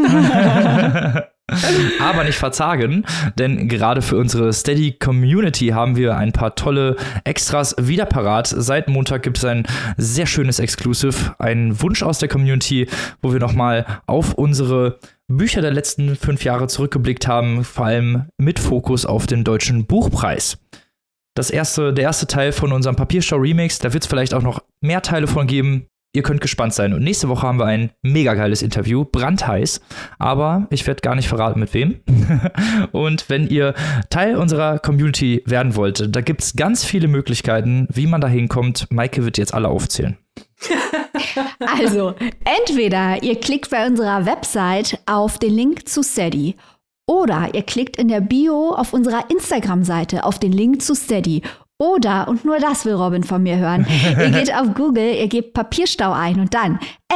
Aber nicht verzagen, denn gerade für unsere Steady-Community haben wir ein paar tolle Extras wieder parat. Seit Montag gibt es ein sehr schönes Exclusive, einen Wunsch aus der Community, wo wir nochmal auf unsere Bücher der letzten 5 Jahre zurückgeblickt haben, vor allem mit Fokus auf den Deutschen Buchpreis. Der erste Teil von unserem Papierstau-Remix, da wird es vielleicht auch noch mehr Teile von geben. Ihr könnt gespannt sein. Und nächste Woche haben wir ein mega geiles Interview, brandheiß. Aber ich werde gar nicht verraten, mit wem. Und wenn ihr Teil unserer Community werden wollt, da gibt es ganz viele Möglichkeiten, wie man da hinkommt. Maike wird jetzt alle aufzählen. Also, entweder ihr klickt bei unserer Website auf den Link zu Steady oder ihr klickt in der Bio auf unserer Instagram-Seite auf den Link zu Steady. Oder, und nur das will Robin von mir hören, ihr geht auf Google, ihr gebt Papierstau ein und dann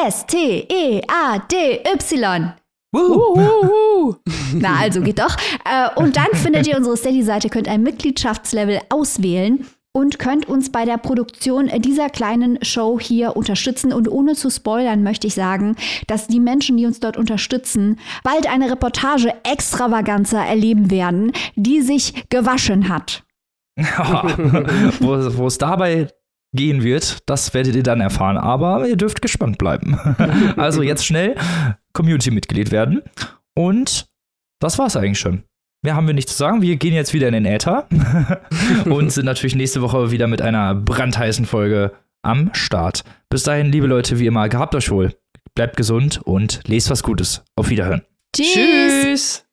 STEADY. Na, also geht doch. Und dann findet ihr unsere Steady-Seite, könnt ein Mitgliedschaftslevel auswählen und könnt uns bei der Produktion dieser kleinen Show hier unterstützen. Und ohne zu spoilern möchte ich sagen, dass die Menschen, die uns dort unterstützen, bald eine Reportage Extravaganza erleben werden, die sich gewaschen hat. Wo es dabei gehen wird, das werdet ihr dann erfahren. Aber ihr dürft gespannt bleiben. Also jetzt schnell Community-Mitglied werden. Und das war's eigentlich schon. Mehr haben wir nicht zu sagen. Wir gehen jetzt wieder in den Äther und sind natürlich nächste Woche wieder mit einer brandheißen Folge am Start. Bis dahin, liebe Leute, wie immer, gehabt euch wohl. Bleibt gesund und lest was Gutes. Auf Wiederhören. Tschüss.